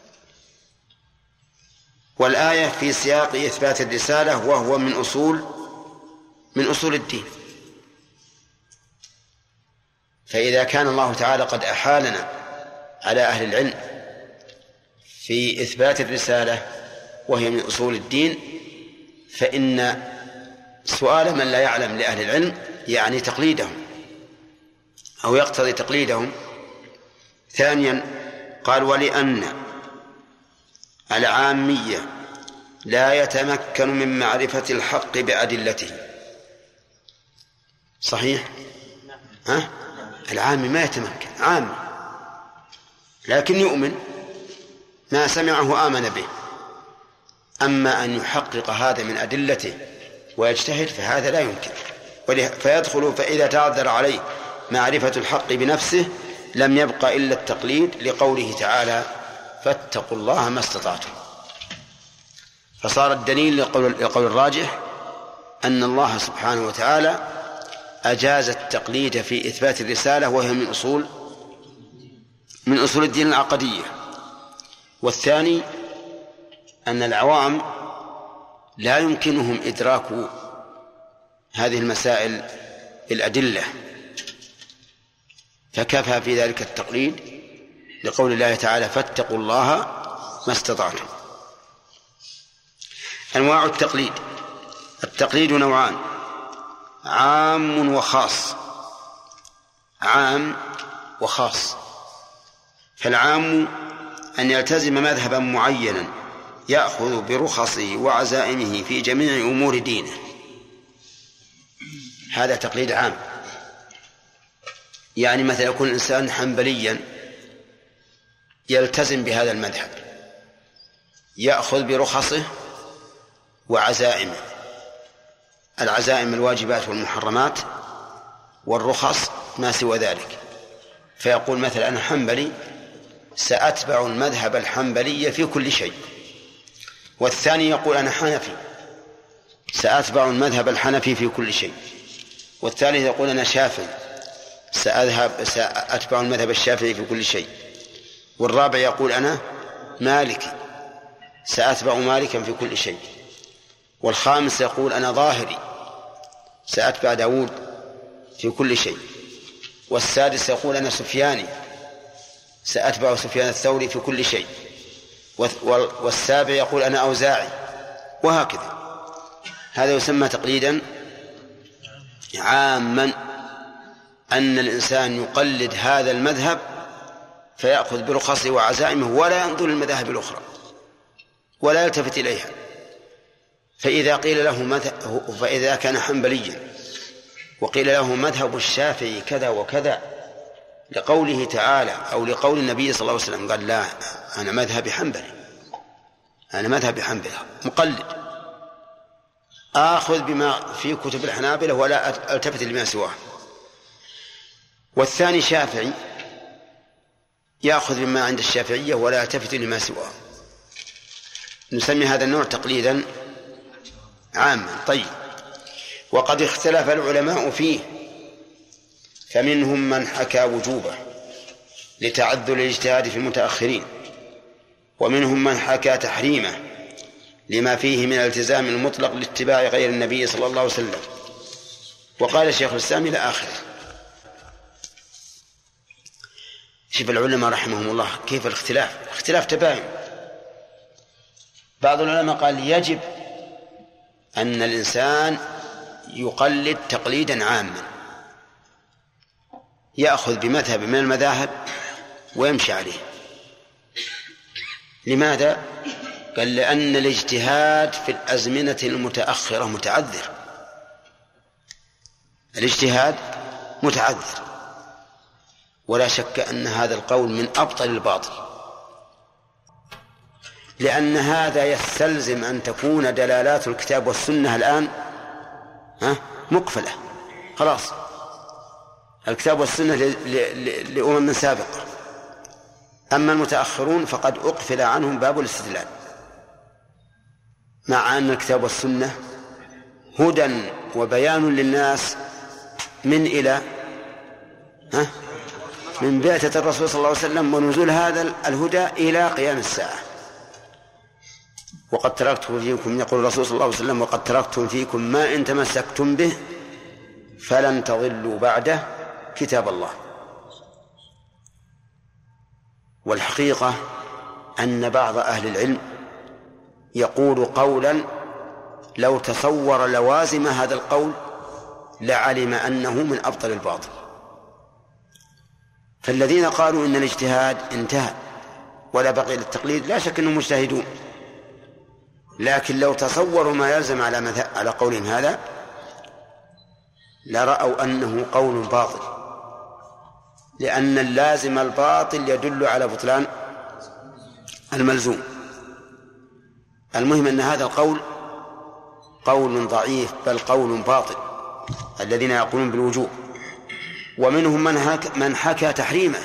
والآية في سياق إثبات الرسالة وهو من أصول من أصول الدين. فإذا كان الله تعالى قد أحالنا على أهل العلم في إثبات الرسالة وهي من أصول الدين، فإن سؤال من لا يعلم لأهل العلم يعني تقليدهم أو يقتضي تقليدهم. ثانيا قال ولأن العامية لا يتمكن من معرفة الحق بأدلته. صحيح؟ ها؟ العامي ما يتمكن، عامي لكن يؤمن ما سمعه آمن به. أما أن يحقق هذا من أدلته ويجتهد فهذا لا يمكن، فيدخل فإذا تعذر عليه معرفة الحق بنفسه لم يبقى إلا التقليد لقوله تعالى فاتقوا الله ما استطعتم. فصار الدليل لقول الراجح أن الله سبحانه وتعالى أجاز التقليد في إثبات الرسالة وهي من أصول من أصول الدين العقدية. والثاني أن العوام لا يمكنهم إدراك هذه المسائل بالأدلة، فكفى في ذلك التقليد لقول الله تعالى فاتقوا الله ما استطعتم. أنواع التقليد: التقليد نوعان: عام وخاص. عام وخاص. فالعام أن يلتزم مذهبا معينا يأخذ برخصه وعزائمه في جميع أمور دينه، هذا تقليد عام. يعني مثلا يكون الإنسان حنبليا يلتزم بهذا المذهب، يأخذ برخصه وعزائمه، العزائم الواجبات والمحرمات، والرخص ما سوى ذلك. فيقول مثلا أنا حنبلي سأتبع المذهب الحنبلي في كل شيء. والثاني يقول أنا حنفي سأتبع المذهب الحنفي في كل شيء. والثالث يقول أنا شافعي سأذهب سأتبع المذهب الشافعي في كل شيء. والرابع يقول أنا مالكي سأتبع مالكا في كل شيء. والخامس يقول أنا ظاهري سأتبع داود في كل شيء. والسادس يقول أنا سفياني سأتبع سفيان الثوري في كل شيء. والسابع يقول أنا أوزاعي، وهكذا. هذا يسمى تقليدا عاما، أن الإنسان يقلد هذا المذهب فيأخذ برخصه وعزائمه ولا ينظر للمذاهب الأخرى ولا يلتفت إليها. فإذا قيل له مذهب، فإذا كان حنبليا وقيل له مذهب الشافعي كذا وكذا لقوله تعالى أو لقول النبي صلى الله عليه وسلم، قال لا أنا مذهبي حنبلي، أنا مذهبي حنبلي مقلد، آخذ بما في كتب الحنابلة ولا ألتفت لما سواه. والثاني شافعي يأخذ بما عند الشافعية ولا يلتفت لما سواه. نسمي هذا النوع تقليدا عاما. طيب، وقد اختلف العلماء فيه، فمنهم من حكى وجوبه لتعذر الاجتهاد في المتأخرين، ومنهم من حكى تحريمه لما فيه من الالتزام المطلق لاتباع غير النبي صلى الله عليه وسلم. وقال الشيخ الإسلام إلى آخره. شوف العلماء رحمهم الله كيف الاختلاف، اختلاف تباين. بعض العلماء قال يجب أن الإنسان يقلد تقليدا عاما، يأخذ بمذهب من المذاهب ويمشي عليه. لماذا؟ قال لأن الاجتهاد في الأزمنة المتأخرة متعذر، الاجتهاد متعذر، ولا شك أن هذا القول من أبطل الباطل، لأن هذا يستلزم أن تكون دلالات الكتاب والسنة الآن ها مقفلة خلاص، الكتاب والسنة لأمم سابقة. أما المتأخرون فقد أقفل عنهم باب الاستدلال، مع أن الكتاب والسنة هدى وبيان للناس من إلى ها من بعثة الرسول صلى الله عليه وسلم ونزول هذا الهدى إلى قيام الساعة. وقد تركتم فيكم، يقول الرسول صلى الله عليه وسلم، وقد تركتم فيكم ما إن تمسكتم به فلن تضلوا بعده كتاب الله. والحقيقة أن بعض أهل العلم يقول قولا لو تصور لوازم هذا القول لعلم أنه من أبطل الباطل. فالذين قالوا إن الاجتهاد انتهى ولا بقي للتقليد لا شك أنهم مجتهدون، لكن لو تصوروا ما يلزم على على قولهم هذا لرأوا أنه قول باطل، لأن اللازم الباطل يدل على بطلان الملزوم. المهم أن هذا القول قول ضعيف بل قول باطل، الذين يقولون بالوجوب. ومنهم من حكى, من حكى تحريمه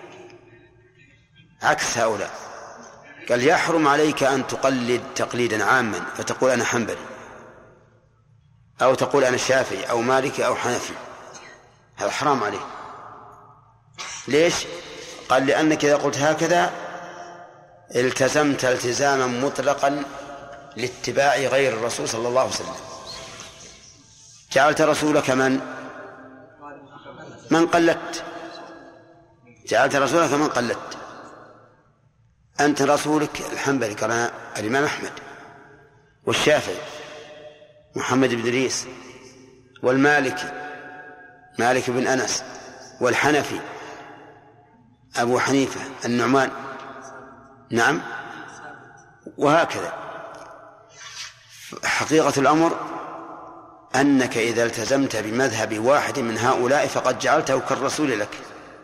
عكس هؤلاء، قال يحرم عليك أن تقلد تقليدا عاما فتقول أنا حنبلي أو تقول أنا شافعي أو مالكي أو حنفي، هذا حرام عليه. ليش؟ قال لأنك إذا قلت هكذا التزمت التزاما مطلقا لاتباع غير الرسول صلى الله عليه وسلم، جعلت رسولك من من قلدت، جعلت رسولك من قلدت. أنت رسولك الحنبلي كان الإمام أحمد، والشافعي محمد بن إدريس، والمالكي مالك بن أنس، والحنفي أبو حنيفة النعمان، نعم، وهكذا. حقيقة الأمر أنك إذا التزمت بمذهب واحد من هؤلاء فقد جعلته كالرسول لك.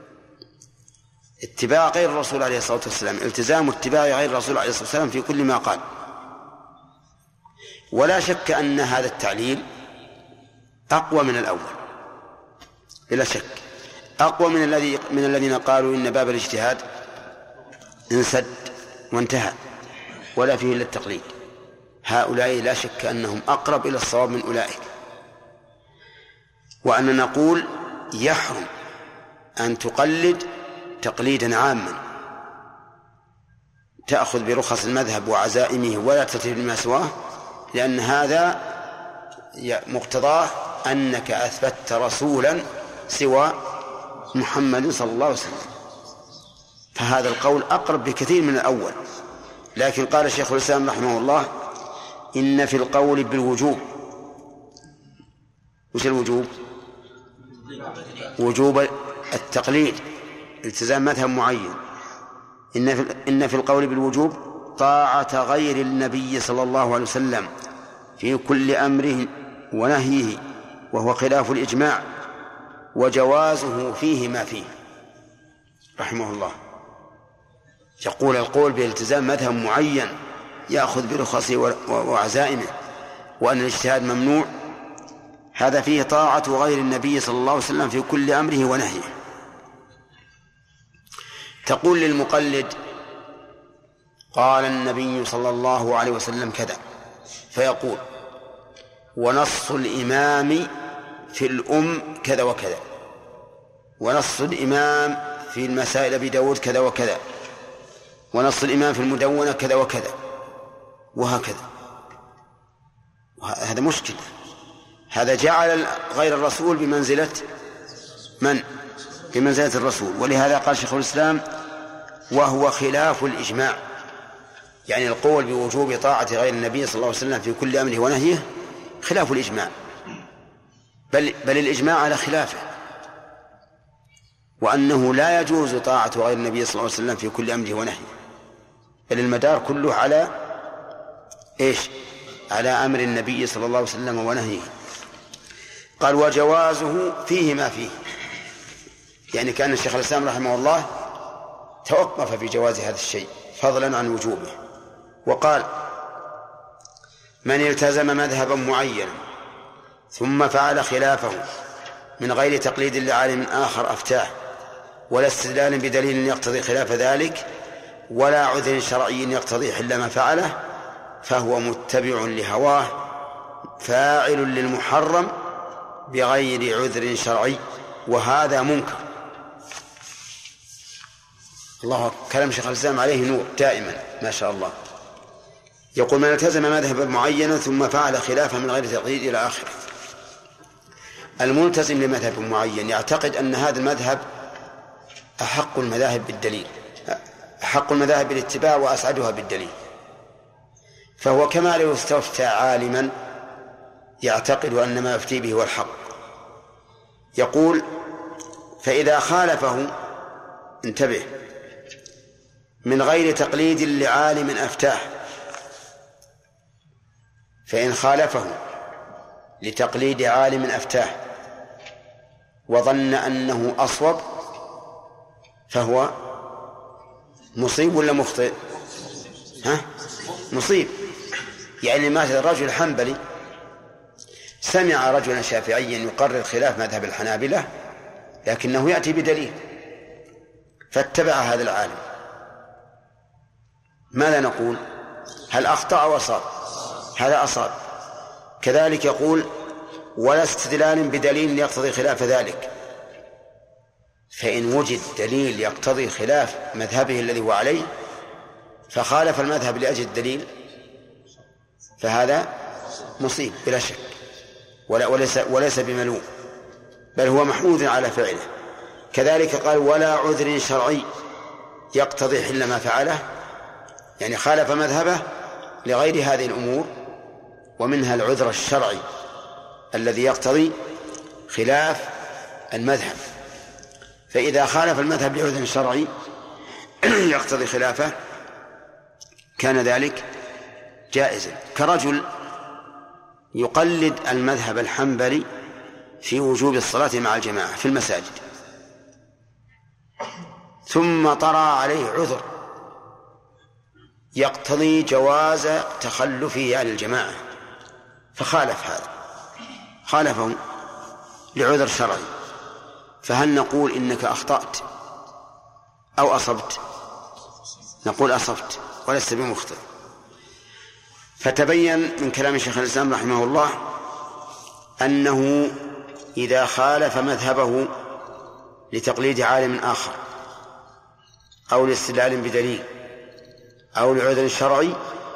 اتباع غير الرسول عليه الصلاة والسلام التزام اتباع غير الرسول عليه الصلاة والسلام في كل ما قال. ولا شك أن هذا التعليل أقوى من الأول، بلا شك أقوى من الذي من الذين قالوا إن باب الاجتهاد انسد وانتهى، ولا فيه إلا التقليد. هؤلاء لا شك أنهم أقرب إلى الصواب من أولئك. وأن نقول يحرم أن تقلد تقليدا عاما تأخذ برخص المذهب وعزائمه ولا تتبع بما سواه، لأن هذا مقتضاه أنك أثبتت رسولا سوى محمد صلى الله عليه وسلم، فهذا القول أقرب بكثير من الأول. لكن قال شيخ الإسلام رحمه الله إن في القول بالوجوب. وش الوجوب؟ وجوب التقليد، التزام مذهب معين. إن في, إن في القول بالوجوب طاعة غير النبي صلى الله عليه وسلم في كل أمره ونهيه، وهو خلاف الإجماع، وجوازه فيه ما فيه. رحمه الله يقول القول بالتزام مذهب معين يأخذ برخصه وعزائمه وأن الاجتهاد ممنوع، هذا فيه طاعة غير النبي صلى الله عليه وسلم في كل أمره ونهيه. تقول للمقلد قال النبي صلى الله عليه وسلم كذا، فيقول ونص الإمام في الأم كذا وكذا، ونص الإمام في المسائل أبي داود كذا وكذا، ونص الإمام في المدونة كذا وكذا، وهكذا. هذا مشكلة، هذا جعل غير الرسول بمنزلة من؟ بمنزلة الرسول. ولهذا قال شيخ الإسلام وهو خلاف الإجماع، يعني القول بوجوب طاعة غير النبي صلى الله عليه وسلم في كل أمره ونهيه خلاف الإجماع، بل, بل الإجماع على خلافه، وأنه لا يجوز طاعة غير النبي صلى الله عليه وسلم في كل أمره ونهيه، بل المدار كله على إيش؟ على أمر النبي صلى الله عليه وسلم ونهيه. قال وجوازه فيه ما فيه، يعني كأن الشيخ الإسلام رحمه الله توقف في جواز هذا الشيء فضلا عن وجوبه، وقال من التزم مذهبا معينا ثم فعل خلافه من غير تقليد لعالم آخر أفتاه ولا استدلال بدليل يقتضي خلاف ذلك ولا عذر شرعي يقتضي حل ما فعله فهو متبع لهواه فاعل للمحرم بغير عذر شرعي، وهذا منكر. الله، كلام شيخ الإسلام عليه نور دائما ما شاء الله. يقول من التزم مذهبا معينا ثم فعل خلافه من غير تقليد إلى آخره. الملتزم لمذهب معين يعتقد أن هذا المذهب أحق المذاهب بالدليل، أحق المذاهب بالاتباع وأسعدها بالدليل، فهو كما لو استفتى عالما يعتقد أن ما يفتي به هو الحق. يقول فإذا خالفه، انتبه، من غير تقليد لعالم أفتاه، فإن خالفه لتقليد عالم أفتاه وظن أنه أصوب فهو مصيب ولا مخطئ؟ ها؟ مصيب. يعني مثل رجل حنبلي سمع رجلا شافعيا يقرر خلاف مذهب الحنابلة لكنه يأتي بدليل فاتبع هذا العالم، ماذا نقول؟ هل أخطأ أو أصاب؟ هذا أصاب. كذلك يقول ولا استدلال بدليل يقتضي خلاف ذلك، فإن وجد دليل يقتضي خلاف مذهبه الذي هو عليه فخالف المذهب لأجل الدليل فهذا مصيب بلا شك، وليس, وليس بملوم، بل هو محمود على فعله. كذلك قال ولا عذر شرعي يقتضي حل ما فعله، يعني خالف مذهبه لغير هذه الأمور، ومنها العذر الشرعي الذي يقتضي خلاف المذهب. فإذا خالف المذهب لعذر شرعي يقتضي خلافه كان ذلك جائزا، كرجل يقلد المذهب الحنبلي في وجوب الصلاة مع الجماعة في المساجد ثم طرأ عليه عذر يقتضي جواز تخلفه عن الجماعة فخالف هذا، خالفه لعذر شرعي، فهل نقول إنك أخطأت أو أصبت؟ نقول أصبت ولست بمخطئ. فتبين من كلام شيخ الإسلام رحمه الله أنه إذا خالف مذهبه لتقليد عالم آخر أو لاستدلال بدليل أو لعذر شرعي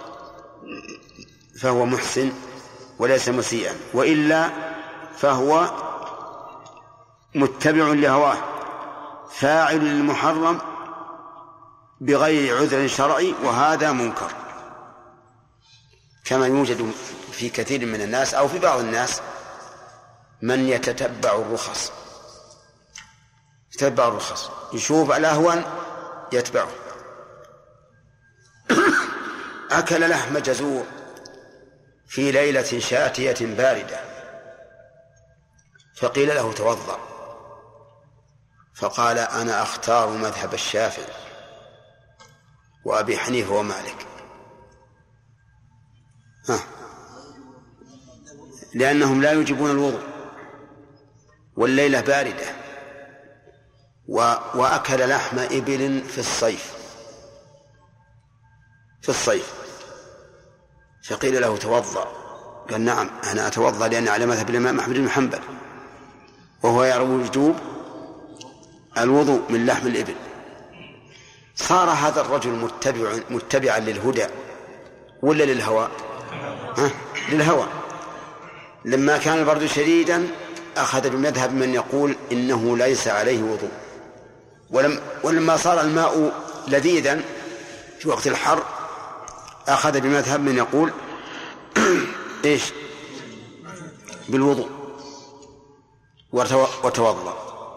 فهو محسن وليس مسيئا، وإلا فهو متبع لهواه فاعل للمحرم بغير عذر شرعي، وهذا منكر، كما يوجد في كثير من الناس أو في بعض الناس من يتتبع الرخص يتتبع الرخص يشوف الأهون يتبعه. أكل لحم جزور في ليلة شاتية باردة فقيل له توضأ، فقال أنا أختار مذهب الشافعي وأبي حنيفة ومالك، ها. لأنهم لا يجبون الوضوء والليلة باردة، وأكل لحم إبل في الصيف في الصيف فقيل له توضأ، قال نعم أنا أتوضأ لأن على مذهب الإمام أحمد بن حنبل وهو يرى وجوب الوضوء من لحم الإبل. صار هذا الرجل متبع متبعا للهدى ولا للهوى؟ ها؟ للهوى. لما كان البرد شديدا أخذ بمذهب من يقول إنه ليس عليه وضوء، ولم ولما صار الماء لذيذا في وقت الحر أخذ بمذهب من يقول إيش بالوضوء وتوضأ.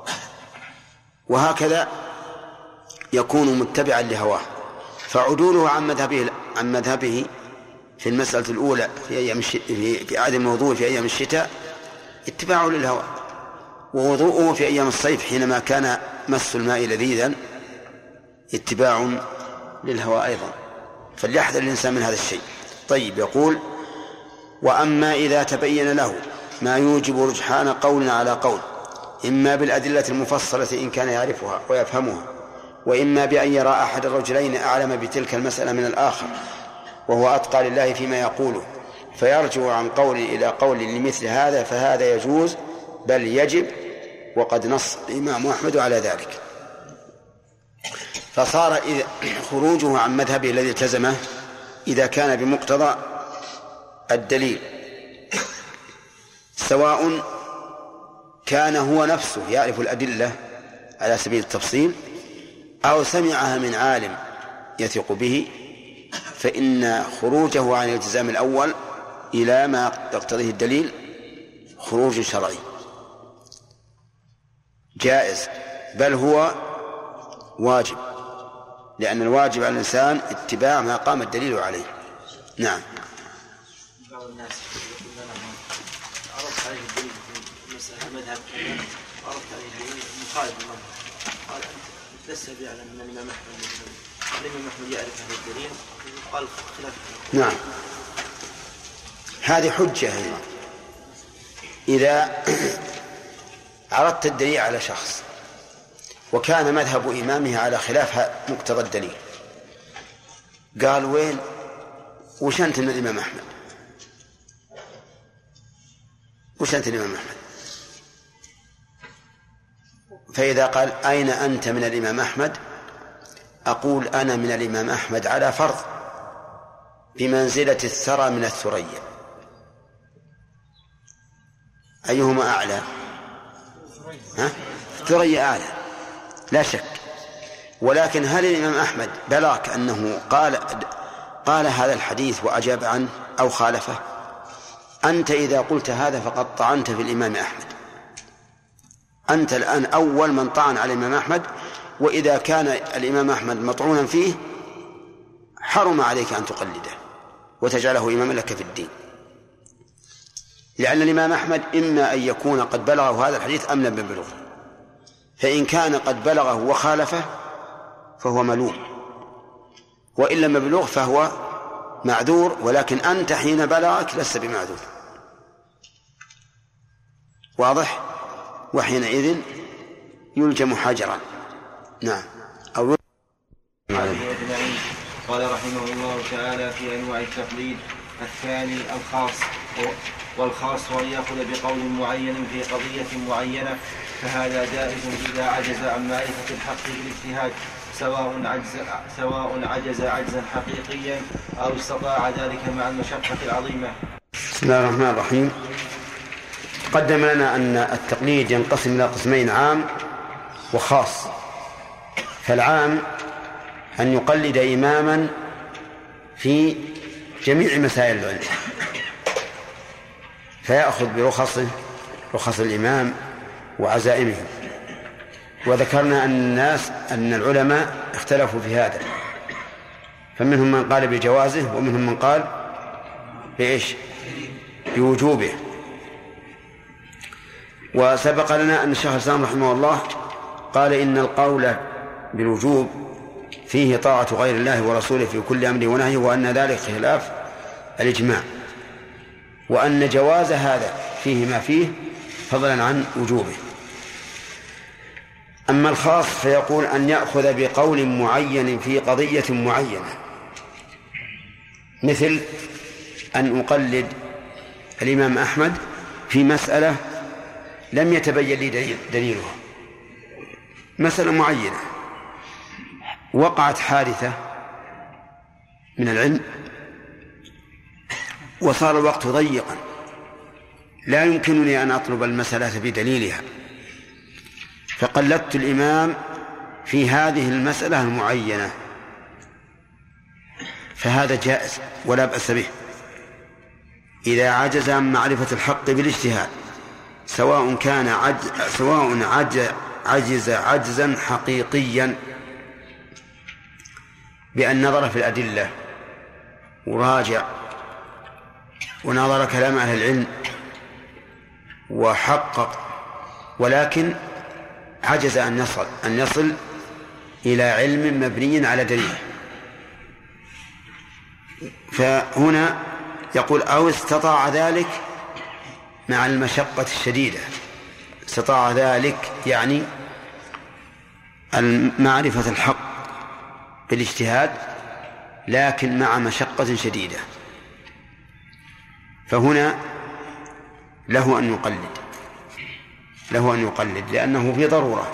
وهكذا يكون متبعا لهواه، فعدوله عن مذهبه عن مذهبه في المسألة الأولى في أيام في في عدم الوضوء في أيام الشتاء اتباع للهوى، ووضوءه في أيام الصيف حينما كان مس الماء لذيذا اتباع للهوى أيضا. فليحذر الإنسان من هذا الشيء. طيب، يقول وأما إذا تبين له ما يوجب رجحان قول على قول، إما بالأدلة المفصلة إن كان يعرفها ويفهمها، وإما بأن يرى أحد الرجلين أعلم بتلك المسألة من الآخر وهو أتقى لله فيما يقوله، فيرجع عن قول إلى قول لمثل هذا، فهذا يجوز بل يجب، وقد نص الإمام أحمد على ذلك. فصار إذا خروجه عن مذهبه الذي التزمه إذا كان بمقتضى الدليل، سواء كان هو نفسه يعرف الأدلة على سبيل التفصيل أو سمعها من عالم يثق به، فإن خروجه عن الالتزام الأول إلى ما يقتضيه الدليل خروج شرعي جائز، بل هو واجب، لأن الواجب على الإنسان اتباع ما قام الدليل عليه. نعم. بعض الناس عرضت عليه الدليل في مسألة مذهب كذا، عرضت عليه الدليل مخالف المذهب، قال أنت لست بيعلم أن الإمام أحمد الإمام أحمد يعرف هذا الدليل، قال خلاف. نعم، هذه حجة هنا. إذا عرضت الدليل على شخص وكان مذهب إمامه على خلاف مقتضى الدليل، قال وين وش أنت من الإمام أحمد؟ وش أنت الإمام أحمد؟ فإذا قال أين أنت من الإمام أحمد؟ أقول أنا من الإمام أحمد على فرض بمنزلة الثرى من الثريا، أيهما أعلى؟ ها؟ الثريا أعلى لا شك. ولكن هل الإمام أحمد بلغك أنه قال قال هذا الحديث وأجاب عنه أو خالفه؟ أنت إذا قلت هذا فقد طعنت في الإمام أحمد، أنت الآن أول من طعن على الإمام أحمد، وإذا كان الإمام أحمد مطعونا فيه حرم عليك أن تقلده وتجعله إماما لك في الدين، لأن الإمام أحمد إما أن يكون قد بلغه هذا الحديث أم لم يبلغه، فإن كان قد بلغه وخالفه فهو ملوم، وإن لم يبلغه فهو معذور، ولكن أنت حين بلغك لست بمعذور. واضح؟ وحينئذ يلجم حجرا. نعم. أو قال رحمه الله تعالى في أنواع التقليد: الثاني الخاص، والخاص أن يأخذ بقول معين في قضية معينة، فهذا جائز إذا عجز عن معرفة الحق بالاجتهاد، سواء عجز, سواء عجز عجزا حقيقيا أو استطاع ذلك مع المشقة العظيمة. بسم الله الرحمن الرحيم. قدم لنا أن التقليد ينقسم إلى قسمين: عام وخاص. فالعام أن يقلد إماما في جميع مسائل العلم، فيأخذ برخصه، رخص الإمام وعزائمه. وذكرنا أن الناس أن العلماء اختلفوا في هذا، فمنهم من قال بجوازه ومنهم من قال بإيش؟ بوجوبه. وسبق لنا أن الشيخ الإسلام رحمه الله قال إن القول بالوجوب فيه طاعة غير الله ورسوله في كل أمر ونهي، وأن ذلك خلاف الإجماع، وأن جواز هذا فيه ما فيه فضلا عن وجوبه. أما الخاص فيقول أن يأخذ بقول معين في قضية معينة، مثل أن أقلد الإمام أحمد في مسألة لم يتبين لي دليلها، مسألة معينة وقعت حادثة من العلم وصار الوقت ضيقا، لا يمكنني أن أطلب المسألة بدليلها، فقلدت الإمام في هذه المسألة المعينة، فهذا جائز ولا بأس به إذا عجز عن معرفة الحق بالاجتهاد، سواء كان عجز سواء عجز, عجز عجزا حقيقيا بأن نظر في الأدلة وراجع ونظر كلام أهل العلم وحقق، ولكن عجز أن يصل أن يصل إلى علم مبني على دليل. فهنا يقول أو استطاع ذلك مع المشقة الشديدة. استطاع ذلك يعني معرفة الحق بالاجتهاد لكن مع مشقة شديدة، فهنا له أن يقلد له أن يقلد لأنه في ضرورة.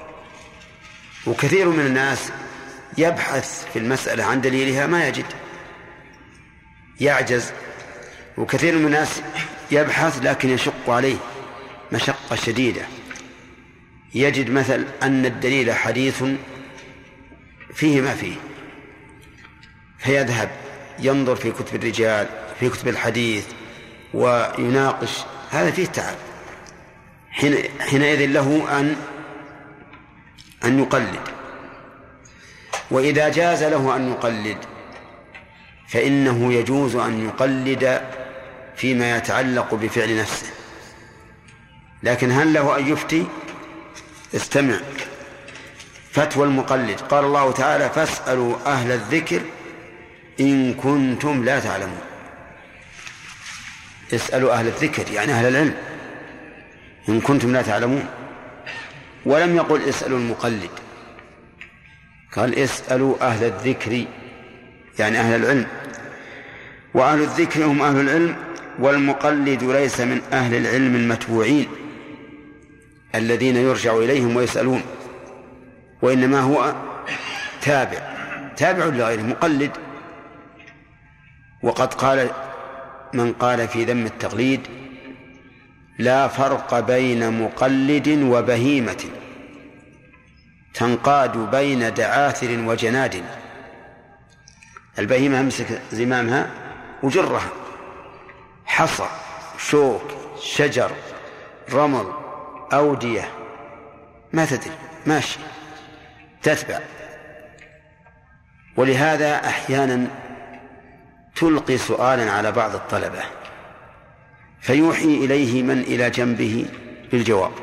وكثير من الناس يبحث في المسألة عن دليلها ما يجد، يعجز. وكثير من الناس يبحث لكن يشق عليه مشقة شديدة، يجد مثل أن الدليل حديث فيه ما فيه، فيذهب ينظر في كتب الرجال في كتب الحديث ويناقش، هذا فيه تعب. حينئذ له أن أن يقلد. وإذا جاز له أن يقلد فإنه يجوز أن يقلد فيما يتعلق بفعل نفسه، لكن هل له أن يفتي؟ استمع: فتوى المقلد، قال الله تعالى: فاسألوا أهل الذكر إن كنتم لا تعلمون. اسألوا أهل الذكر يعني أهل العلم إن كنتم لا تعلمون، ولم يقل اسألوا المقلد، قال اسألوا أهل الذكر يعني أهل العلم، وأهل الذكر هم أهل العلم، والمقلد ليس من أهل العلم المتبوعين الذين يرجع إليهم ويسألون، وإنما هو تابع تابع لغيره مقلد. وقد قال من قال في ذم التقليد: لا فرق بين مقلد وبهيمة تنقاد بين دعاثر وجناد. البهيمة امسك زمامها وجرها، حصى، شوك، شجر، رمل، أودية، ما تدري، ماشي تتبع. ولهذا أحيانا تلقي سؤالا على بعض الطلبة فيوحي إليه من إلى جنبه بالجواب،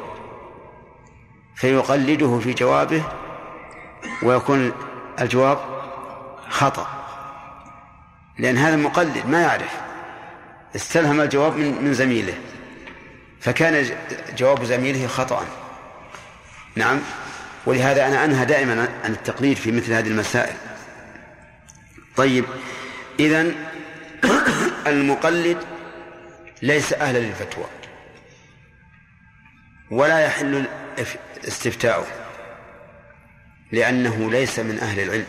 فيقلده في جوابه ويكون الجواب خطأ، لأن هذا مقلد ما يعرف، استلهم الجواب من زميله فكان جواب زميله خطأ. نعم. ولهذا أنا أنهى دائما عن التقليد في مثل هذه المسائل. طيب، إذن المقلد ليس أهلا للفتوى ولا يحل استفتاؤه، لأنه ليس من أهل العلم،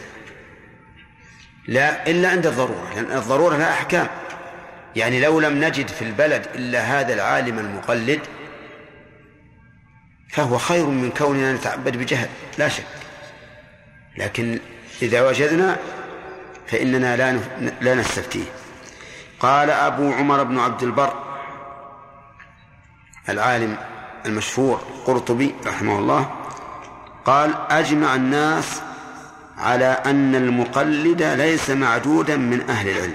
لا إلا عند الضرورة، لأن الضرورة لها أحكام. يعني لو لم نجد في البلد إلا هذا العالم المقلد فهو خير من كوننا نتعبد بجهل لا شك، لكن إذا وجدنا فإننا لا لا نستفتيه. قال أبو عمر بن عبد البر العالم المشهور قرطبي رحمه الله قال: أجمع الناس على أن المقلد ليس معدودا من أهل العلم.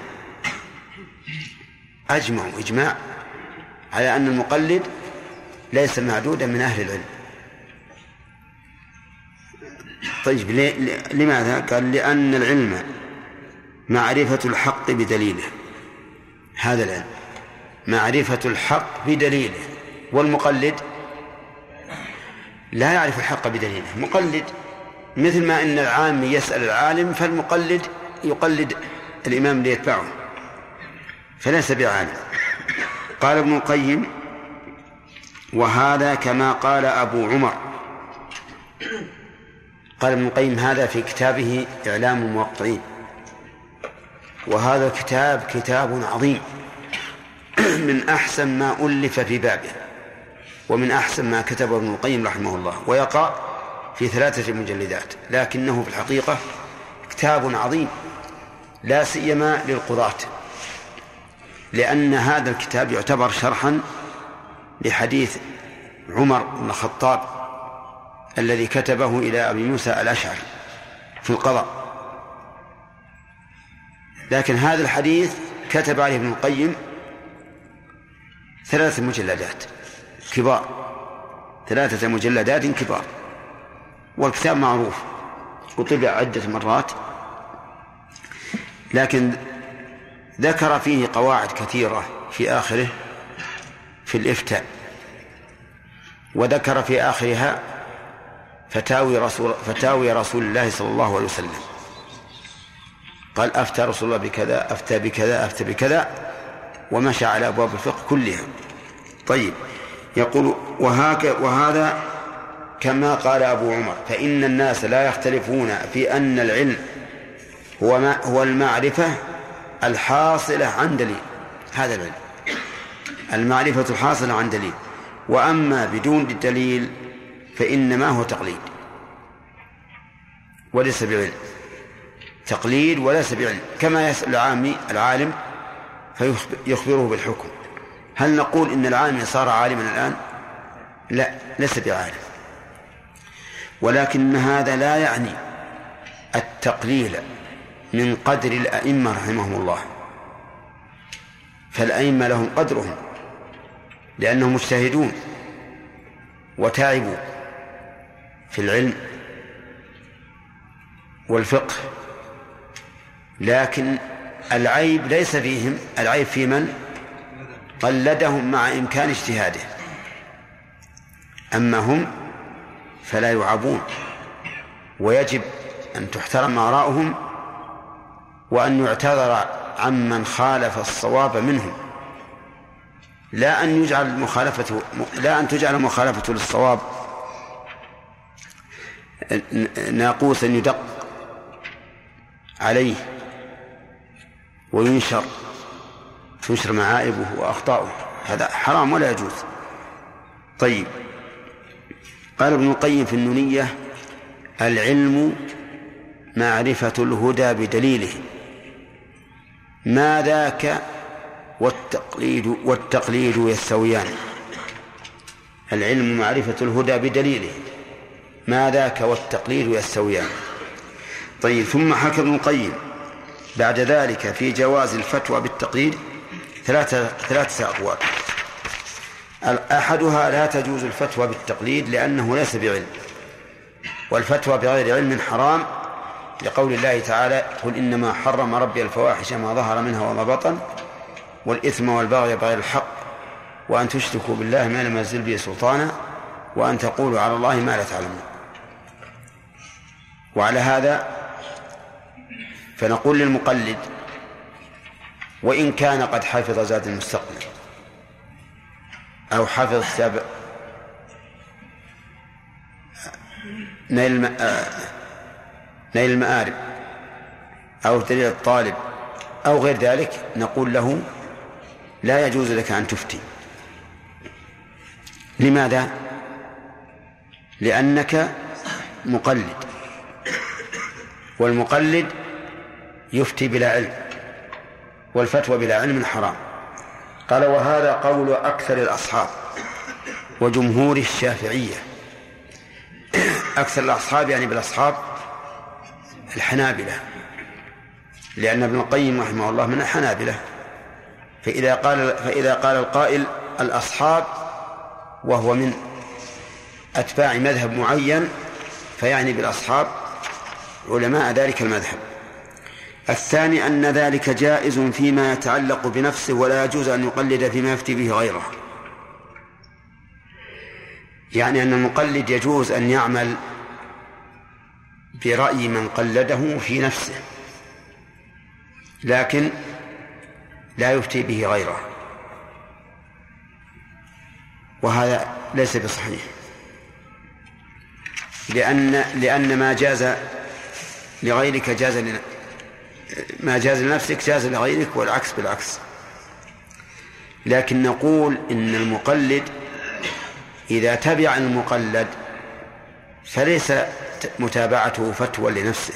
أجمعوا إجماع على أن المقلد ليس معدودا من أهل العلم. طيب، لماذا؟ قال: لأن العلم معرفة الحق بدليله. هذا العلم معرفة الحق بدليله، والمقلد لا يعرف الحق بدليله، مقلد، مثل ما إن العام يسأل العالم فالمقلد يقلد الإمام ليتبعه، فليس بعالم. قال ابن القيم: وهذا كما قال أبو عمر. قال ابن القيم هذا في كتابه إعلام الموقعين، وهذا الكتاب كتاب عظيم من أحسن ما ألف في بابه، ومن أحسن ما كتبه ابن القيم رحمه الله، ويقع في ثلاثة مجلدات، لكنه في الحقيقة كتاب عظيم لا سيما للقضاة، لأن هذا الكتاب يعتبر شرحا لحديث عمر بن الخطاب الذي كتبه إلى أبي موسى الأشعري في القضاء. لكن هذا الحديث كتب عليه ابن القيم ثلاث مجلدات كبار، ثلاثة مجلدات كبار، والكتاب معروف وطبع عدة مرات، لكن ذكر فيه قواعد كثيرة في آخره في الإفتاء، وذكر في آخرها فتاوي رسول, فتاوي رسول الله صلى الله عليه وسلم. قال: أفتى رسول الله بكذا، أفتى بكذا، أفتى بكذا، ومشى على أبواب الفقه كلها. طيب، يقول: وهاك وهذا كما قال أبو عمر، فإن الناس لا يختلفون في أن العلم هو, ما هو المعرفة الحاصلة عن دليل. هذا العلم المعرفة الحاصلة عن دليل، وأما بدون الدليل فإنما هو تقليد وليس بعلم، تقليد وليس بعلم. كما يسأل العامي العالم فيخبره بالحكم، هل نقول إن العامي صار عالما الآن؟ لا، ليس بعالم، ولكن هذا لا يعني التقليل من قدر الأئمة رحمهم الله، فالأئمة لهم قدرهم لأنهم مجتهدون وتعبوا في العلم والفقه، لكن العيب ليس فيهم، العيب في من قلدهم مع إمكان اجتهاده، أما هم فلا يعابون، ويجب أن تحترم آراؤهم وأن يعتذر عمن خالف الصواب منهم، لا أن يجعل مخالفته لا أن تجعل مخالفته للصواب ناقوسا يدق عليه وينشر تنشر معائبه وأخطاؤه، هذا حرام ولا يجوز. طيب، قال ابن القيم في النونية: العلم معرفة الهدى بدليله، ما ذاك والتقليد والتقليد يستويان. العلم معرفة الهدى بدليله، ما ذاك والتقليد يستويان. طيب، ثم حكى ابن القيم بعد ذلك في جواز الفتوى بالتقليد ثلاثة ثلاثة أقوال. أحدها: لا تجوز الفتوى بالتقليد لأنه ليس بعلم، والفتوى بغير علم حرام، لقول الله تعالى: قل إنما حرم ربي الفواحش ما ظهر منها وما بطن والإثم والبغي بغير الحق وأن تشركوا بالله ما لم ينزل به سلطانا وأن تقولوا على الله ما لا تعلمون. وعلى هذا فنقول للمقلد وإن كان قد حفظ زاد المستقنع أو حفظ كتاب نيل المآرب أو دليل الطالب أو غير ذلك، نقول له لا يجوز لك أن تفتي. لماذا؟ لأنك مقلد، والمقلد يفتي بلا علم، والفتوى بلا علم حرام. قال وهذا قول أكثر الأصحاب وجمهور الشافعية. أكثر الأصحاب يعني بالأصحاب الحنابلة، لأن ابن القيم رحمه الله من الحنابلة. فإذا قال فإذا قال القائل الأصحاب وهو من أتباع مذهب معين فيعني بالأصحاب علماء ذلك المذهب. الثاني أن ذلك جائز فيما يتعلق بنفسه، ولا يجوز أن يقلد فيما يفتي به غيره. يعني أن المقلد يجوز أن يعمل برأي من قلده في نفسه، لكن لا يفتي به غيره، وهذا ليس بصحيح، لأن لأن ما جاز لغيرك جاز لنا، ما جاز لنفسك جاز لغيرك، والعكس بالعكس. لكن نقول إن المقلد إذا تبع المقلد فليس متابعته فتوى لنفسه،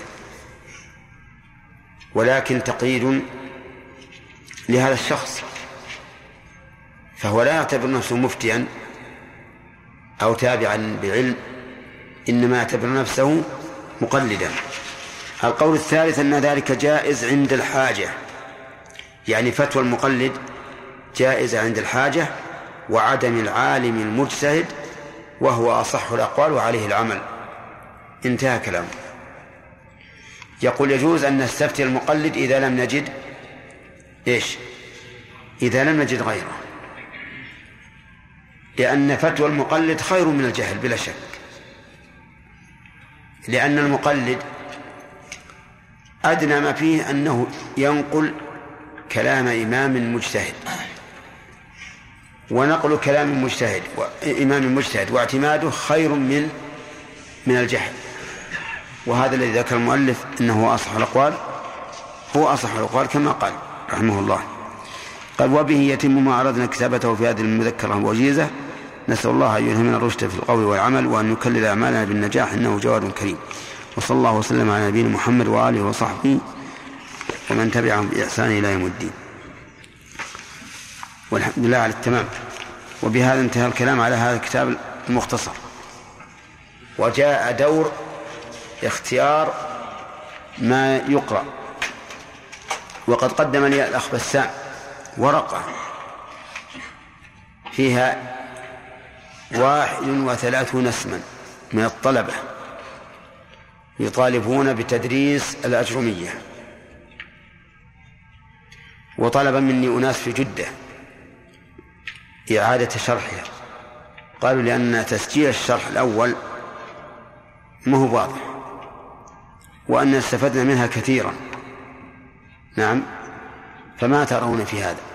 ولكن تقييد لهذا الشخص، فهو لا يعتبر نفسه مفتيا أو تابعا بعلم، إنما يعتبر نفسه مقلدا. القول الثالث أن ذلك جائز عند الحاجة، يعني فتوى المقلد جائزة عند الحاجة وعدم العالم المجتهد، وهو أصح الأقوال وعليه العمل. انتهى كلامه. يقول يجوز أن نستفتي المقلد إذا لم نجد إيش؟ إذا لم نجد غيره، لأن فتوى المقلد خير من الجهل بلا شك، لأن المقلد أدنى ما فيه أنه ينقل كلام إمام مجتهد، ونقل كلام مجتهد وإمام مجتهد واعتماده خير من من الجهل. وهذا الذي ذكر المؤلف أنه أصح الأقوال، هو أصح الأقوال كما قال رحمه الله. قال وبه يتم ما أردنا كتابته في هذه المذكرة وجيزة. نسأل الله أن يلهمنا الرشد في القول والعمل، وأن يكلل أعمالنا بالنجاح، إنه جواد كريم. وصلى الله وسلم على نبينا محمد وآله وصحبه ومن تبعهم بإحسان إلى يوم الدين. والحمد لله على التمام. وبهذا انتهى الكلام على هذا الكتاب المختصر، وجاء دور اختيار ما يقرأ. وقد قدم لي الأخ بسام ورقة فيها واحد وثلاثون اسما من الطلبة يطالبون بتدريس الأجرمية، وطلب مني أناس في جدة إعادة شرحها. قالوا لأن تسجيل الشرح الأول ما هو واضح، وأن استفدنا منها كثيرا. نعم، فما ترون في هذا؟